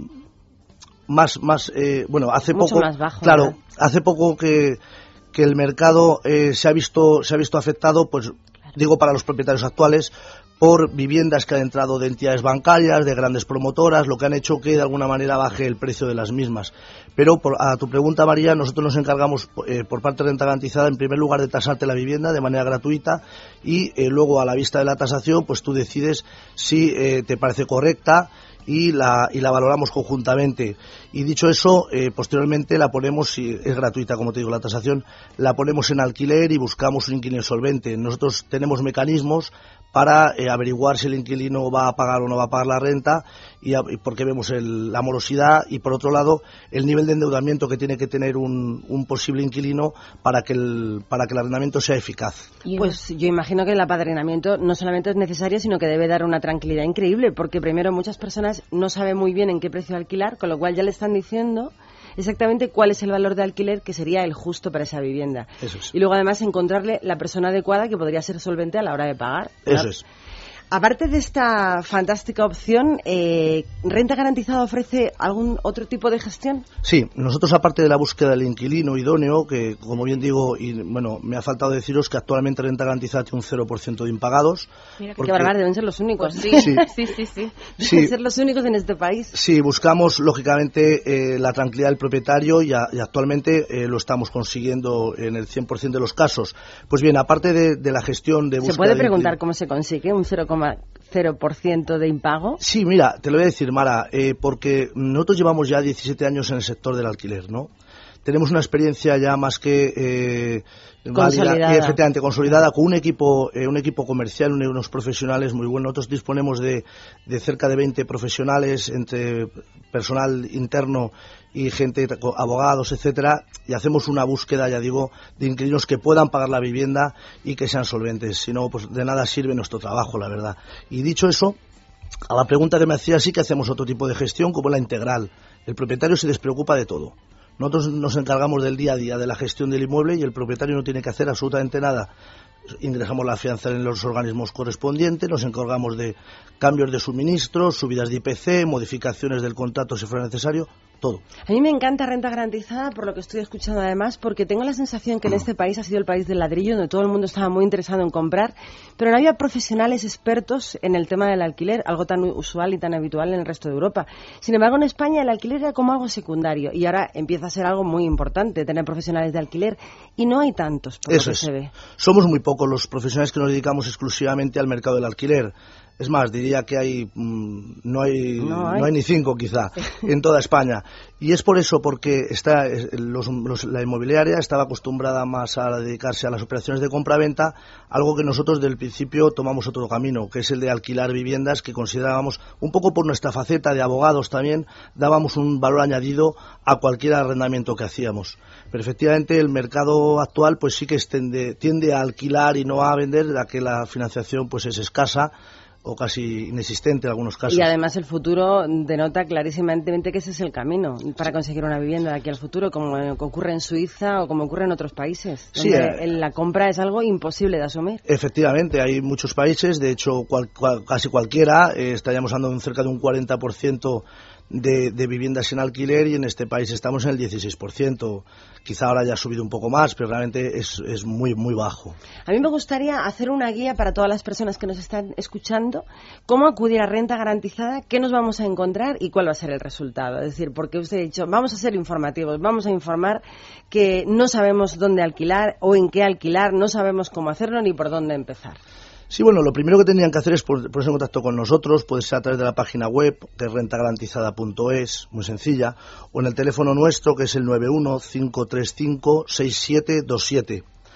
Más, más eh, bueno, hace Mucho poco... más bajo, claro, ¿verdad? hace poco que... que el mercado eh, se ha visto se ha visto afectado, pues claro. Digo para los propietarios actuales, por viviendas que han entrado de entidades bancarias, de grandes promotoras, lo que han hecho que de alguna manera baje el precio de las mismas. Pero por, a tu pregunta, María, nosotros nos encargamos eh, por parte de Renta Garantizada, en primer lugar, de tasarte la vivienda de manera gratuita y eh, luego a la vista de la tasación, pues tú decides si eh, te parece correcta y la, y la valoramos conjuntamente. Y dicho eso, eh, posteriormente la ponemos, si es gratuita, como te digo, la tasación, la ponemos en alquiler y buscamos un inquilino solvente. Nosotros tenemos mecanismos para eh, averiguar si el inquilino va a pagar o no va a pagar la renta, y, a, y porque vemos el, la morosidad y, por otro lado, el nivel de endeudamiento que tiene que tener un, un posible inquilino para que, el, para que el arrendamiento sea eficaz. Pues yo imagino que el apadrinamiento no solamente es necesario, sino que debe dar una tranquilidad increíble, porque primero muchas personas no saben muy bien en qué precio alquilar, con lo cual ya le están diciendo exactamente cuál es el valor de alquiler que sería el justo para esa vivienda. Eso es. Y luego además encontrarle la persona adecuada que podría ser solvente a la hora de pagar. Eso es. Aparte de esta fantástica opción, eh, ¿Renta Garantizada ofrece algún otro tipo de gestión? Sí, nosotros, aparte de la búsqueda del inquilino idóneo, que como bien digo, y bueno, me ha faltado deciros que actualmente Renta Garantizada tiene un cero por ciento de impagados. Mira, porque... qué barbaridad, deben ser los únicos. Sí, sí, sí, sí, sí. Sí. Deben ser los únicos en este país. Sí, buscamos lógicamente eh, la tranquilidad del propietario y, a, y actualmente eh, lo estamos consiguiendo en el cien por ciento de los casos. Pues bien, aparte de, de la gestión de búsqueda... ¿Se puede de preguntar inquilino, cómo se consigue un cero coma cero por ciento de impago? Sí, mira, te lo voy a decir, Mara, eh, porque nosotros llevamos ya diecisiete años en el sector del alquiler, ¿no? Tenemos una experiencia ya más que eh, consolidada, válida, y efectivamente consolidada, con un equipo eh, un equipo comercial, unos profesionales muy buenos. Nosotros disponemos de, de cerca de veinte profesionales, entre personal interno y gente, abogados, etcétera, y hacemos una búsqueda, ya digo, de inquilinos que puedan pagar la vivienda y que sean solventes. Si no, pues de nada sirve nuestro trabajo, la verdad. Y dicho eso, a la pregunta que me hacía, sí que hacemos otro tipo de gestión, como la integral. El propietario se despreocupa de todo. Nosotros nos encargamos del día a día de la gestión del inmueble y el propietario no tiene que hacer absolutamente nada. Ingresamos la fianza en los organismos correspondientes, nos encargamos de cambios de suministros, subidas de I P C, modificaciones del contrato si fuera necesario, todo. A mí me encanta Renta Garantizada, por lo que estoy escuchando además, porque tengo la sensación que en este país ha sido el país del ladrillo, donde todo el mundo estaba muy interesado en comprar, pero no había profesionales expertos en el tema del alquiler, algo tan usual y tan habitual en el resto de Europa. Sin embargo, en España el alquiler era como algo secundario y ahora empieza a ser algo muy importante, tener profesionales de alquiler, y no hay tantos, por Eso lo que es. se ve. Somos muy pocos los profesionales que nos dedicamos exclusivamente al mercado del alquiler. Es más, diría que hay mmm, no hay No hay. no hay ni cinco quizá en toda España. Y es por eso, porque está los, los, la inmobiliaria estaba acostumbrada más a dedicarse a las operaciones de compra-venta, algo que nosotros del principio tomamos otro camino, que es el de alquilar viviendas, que considerábamos, un poco por nuestra faceta de abogados también, dábamos un valor añadido a cualquier arrendamiento que hacíamos. Pero efectivamente el mercado actual pues sí que tiende, tiende a alquilar y no a vender, ya que la financiación pues es escasa o casi inexistente en algunos casos. Y además el futuro denota clarísimamente que ese es el camino para conseguir una vivienda de aquí al futuro, como ocurre en Suiza o como ocurre en otros países, Sí, donde eh, la compra es algo imposible de asumir. Efectivamente, hay muchos países, de hecho cual, cual, casi cualquiera, eh, estaríamos hablando de cerca de un cuarenta por ciento de, de viviendas en alquiler, y en este país estamos en el dieciséis por ciento. Quizá ahora ya ha subido un poco más, pero realmente es, es muy, muy bajo. A mí me gustaría hacer una guía para todas las personas que nos están escuchando, cómo acudir a Renta Garantizada, qué nos vamos a encontrar y cuál va a ser el resultado. Es decir, porque usted ha dicho, vamos a ser informativos, vamos a informar que no sabemos dónde alquilar o en qué alquilar, no sabemos cómo hacerlo ni por dónde empezar. Sí, bueno, lo primero que tendrían que hacer es ponerse en contacto con nosotros, puede ser a través de la página web, que es renta garantizada punto es, muy sencilla, o en el teléfono nuestro, que es el nueve uno cinco tres cinco seis siete dos siete.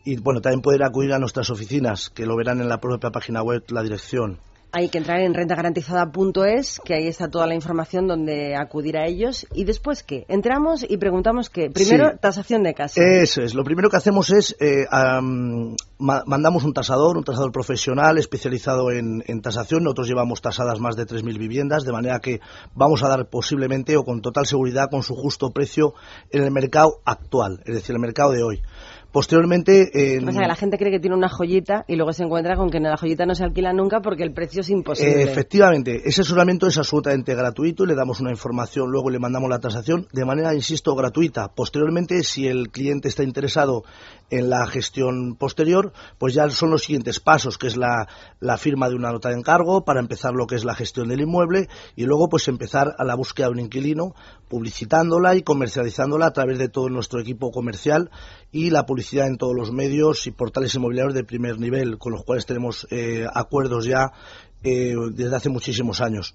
Y bueno, también pueden acudir a nuestras oficinas, que lo verán en la propia página web, la dirección. Hay que entrar en renta garantizada punto es, que ahí está toda la información donde acudir a ellos. ¿Y después qué? Entramos y preguntamos qué. Primero, sí. Tasación de casa. Eso es. Lo primero que hacemos es, eh, um, ma mandamos un tasador, un tasador profesional especializado en, en tasación. Nosotros llevamos tasadas más de tres mil viviendas, de manera que vamos a dar posiblemente o con total seguridad con su justo precio en el mercado actual, es decir, el mercado de hoy. Posteriormente... Eh, o sea, que la gente cree que tiene una joyita y luego se encuentra con que la joyita no se alquila nunca porque el precio es imposible. Eh, efectivamente, ese asesoramiento es absolutamente gratuito y le damos una información, luego le mandamos la tasación de manera, insisto, gratuita. Posteriormente, si el cliente está interesado en la gestión posterior, pues ya son los siguientes pasos, que es la, la firma de una nota de encargo para empezar lo que es la gestión del inmueble y luego pues empezar a la búsqueda de un inquilino, publicitándola y comercializándola a través de todo nuestro equipo comercial y la publicidad en todos los medios y portales inmobiliarios de primer nivel, con los cuales tenemos eh, acuerdos ya eh, desde hace muchísimos años.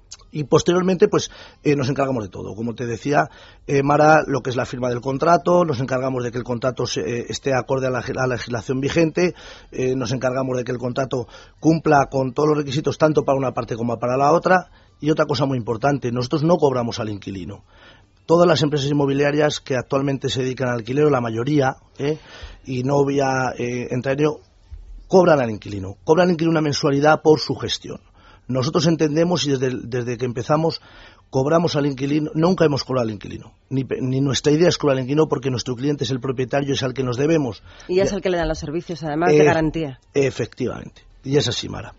Y posteriormente pues eh, nos encargamos de todo, como te decía eh, Mara, lo que es la firma del contrato, nos encargamos de que el contrato se, eh, esté acorde a la, a la legislación vigente, eh, nos encargamos de que el contrato cumpla con todos los requisitos tanto para una parte como para la otra. Y otra cosa muy importante, nosotros no cobramos al inquilino. Todas las empresas inmobiliarias que actualmente se dedican al alquiler, la mayoría, ¿eh? y no voy a eh, entrar en ello, cobran al inquilino. Cobran al inquilino una mensualidad por su gestión. Nosotros entendemos y desde, desde que empezamos cobramos al inquilino, nunca hemos cobrado al inquilino. Ni, ni nuestra idea es cobrar al inquilino porque nuestro cliente es el propietario, es al que nos debemos. Y es el que le dan los servicios, además eh, de garantía. Efectivamente. Y es así, Mara.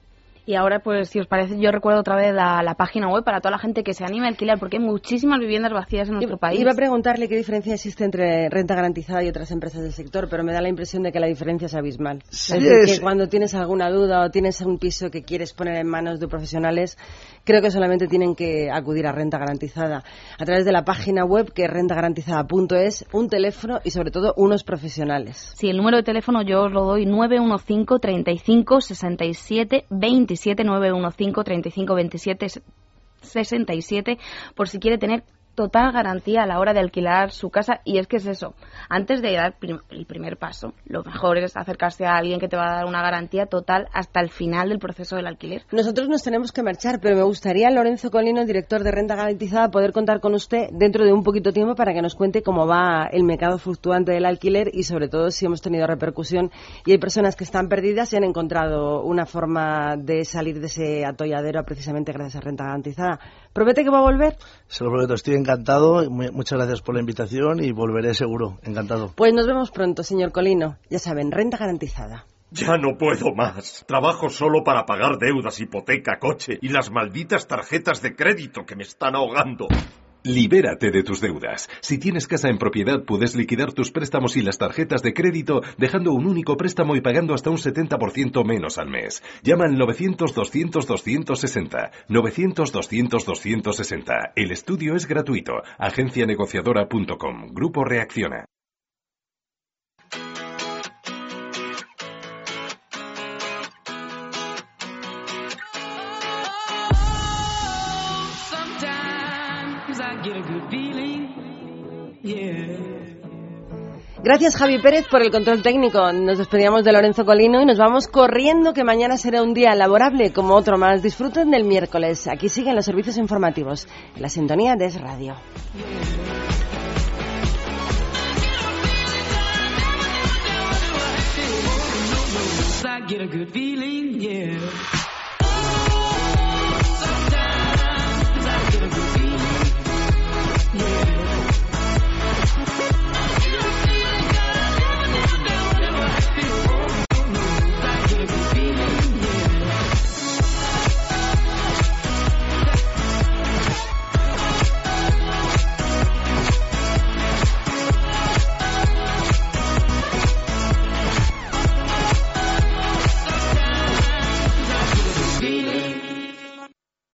Y ahora, pues, si os parece, yo recuerdo otra vez la, la página web para toda la gente que se anime a alquilar, porque hay muchísimas viviendas vacías en nuestro I, país. Iba a preguntarle qué diferencia existe entre renta garantizada y otras empresas del sector, pero me da la impresión de que la diferencia es abismal. Sí, es decir, es... que cuando tienes alguna duda o tienes un piso que quieres poner en manos de profesionales, creo que solamente tienen que acudir a renta garantizada a través de la página web, que es renta garantizada punto es, un teléfono y, sobre todo, unos profesionales. Sí, el número de teléfono yo os lo doy, nueve uno cinco, treinta y cinco, sesenta y siete, veintisiete, nueve uno cinco, treinta y cinco, veintisiete, sesenta y siete, por si quiere tener total garantía a la hora de alquilar su casa. Y es que es eso, antes de dar prim- el primer paso, lo mejor es acercarse a alguien que te va a dar una garantía total hasta el final del proceso del alquiler. Nosotros nos tenemos que marchar, pero me gustaría, Lorenzo Colino, director de Renta Garantizada, poder contar con usted dentro de un poquito tiempo para que nos cuente cómo va el mercado fluctuante del alquiler y, sobre todo, si hemos tenido repercusión y hay personas que están perdidas y han encontrado una forma de salir de ese atolladero precisamente gracias a Renta Garantizada. ¿Promete que va a volver? Se lo prometo, estoy encantado. Muchas gracias por la invitación y volveré seguro. Encantado. Pues nos vemos pronto, señor Colino. Ya saben, Renta Garantizada. Ya no puedo más. Trabajo solo para pagar deudas, hipoteca, coche y las malditas tarjetas de crédito que me están ahogando. Libérate de tus deudas. Si tienes casa en propiedad, puedes liquidar tus préstamos y las tarjetas de crédito dejando un único préstamo y pagando hasta un setenta por ciento menos al mes. Llama al novecientos, doscientos, doscientos sesenta. novecientos, doscientos, doscientos sesenta. El estudio es gratuito. agencia negociadora punto com. Grupo Reacciona. Gracias, Javi Pérez, por el control técnico. Nos despedíamos de Lorenzo Colino y nos vamos corriendo, que mañana será un día laborable como otro más. Disfruten del miércoles. Aquí siguen los servicios informativos. La sintonía de Es Radio. I get a good feeling, yeah.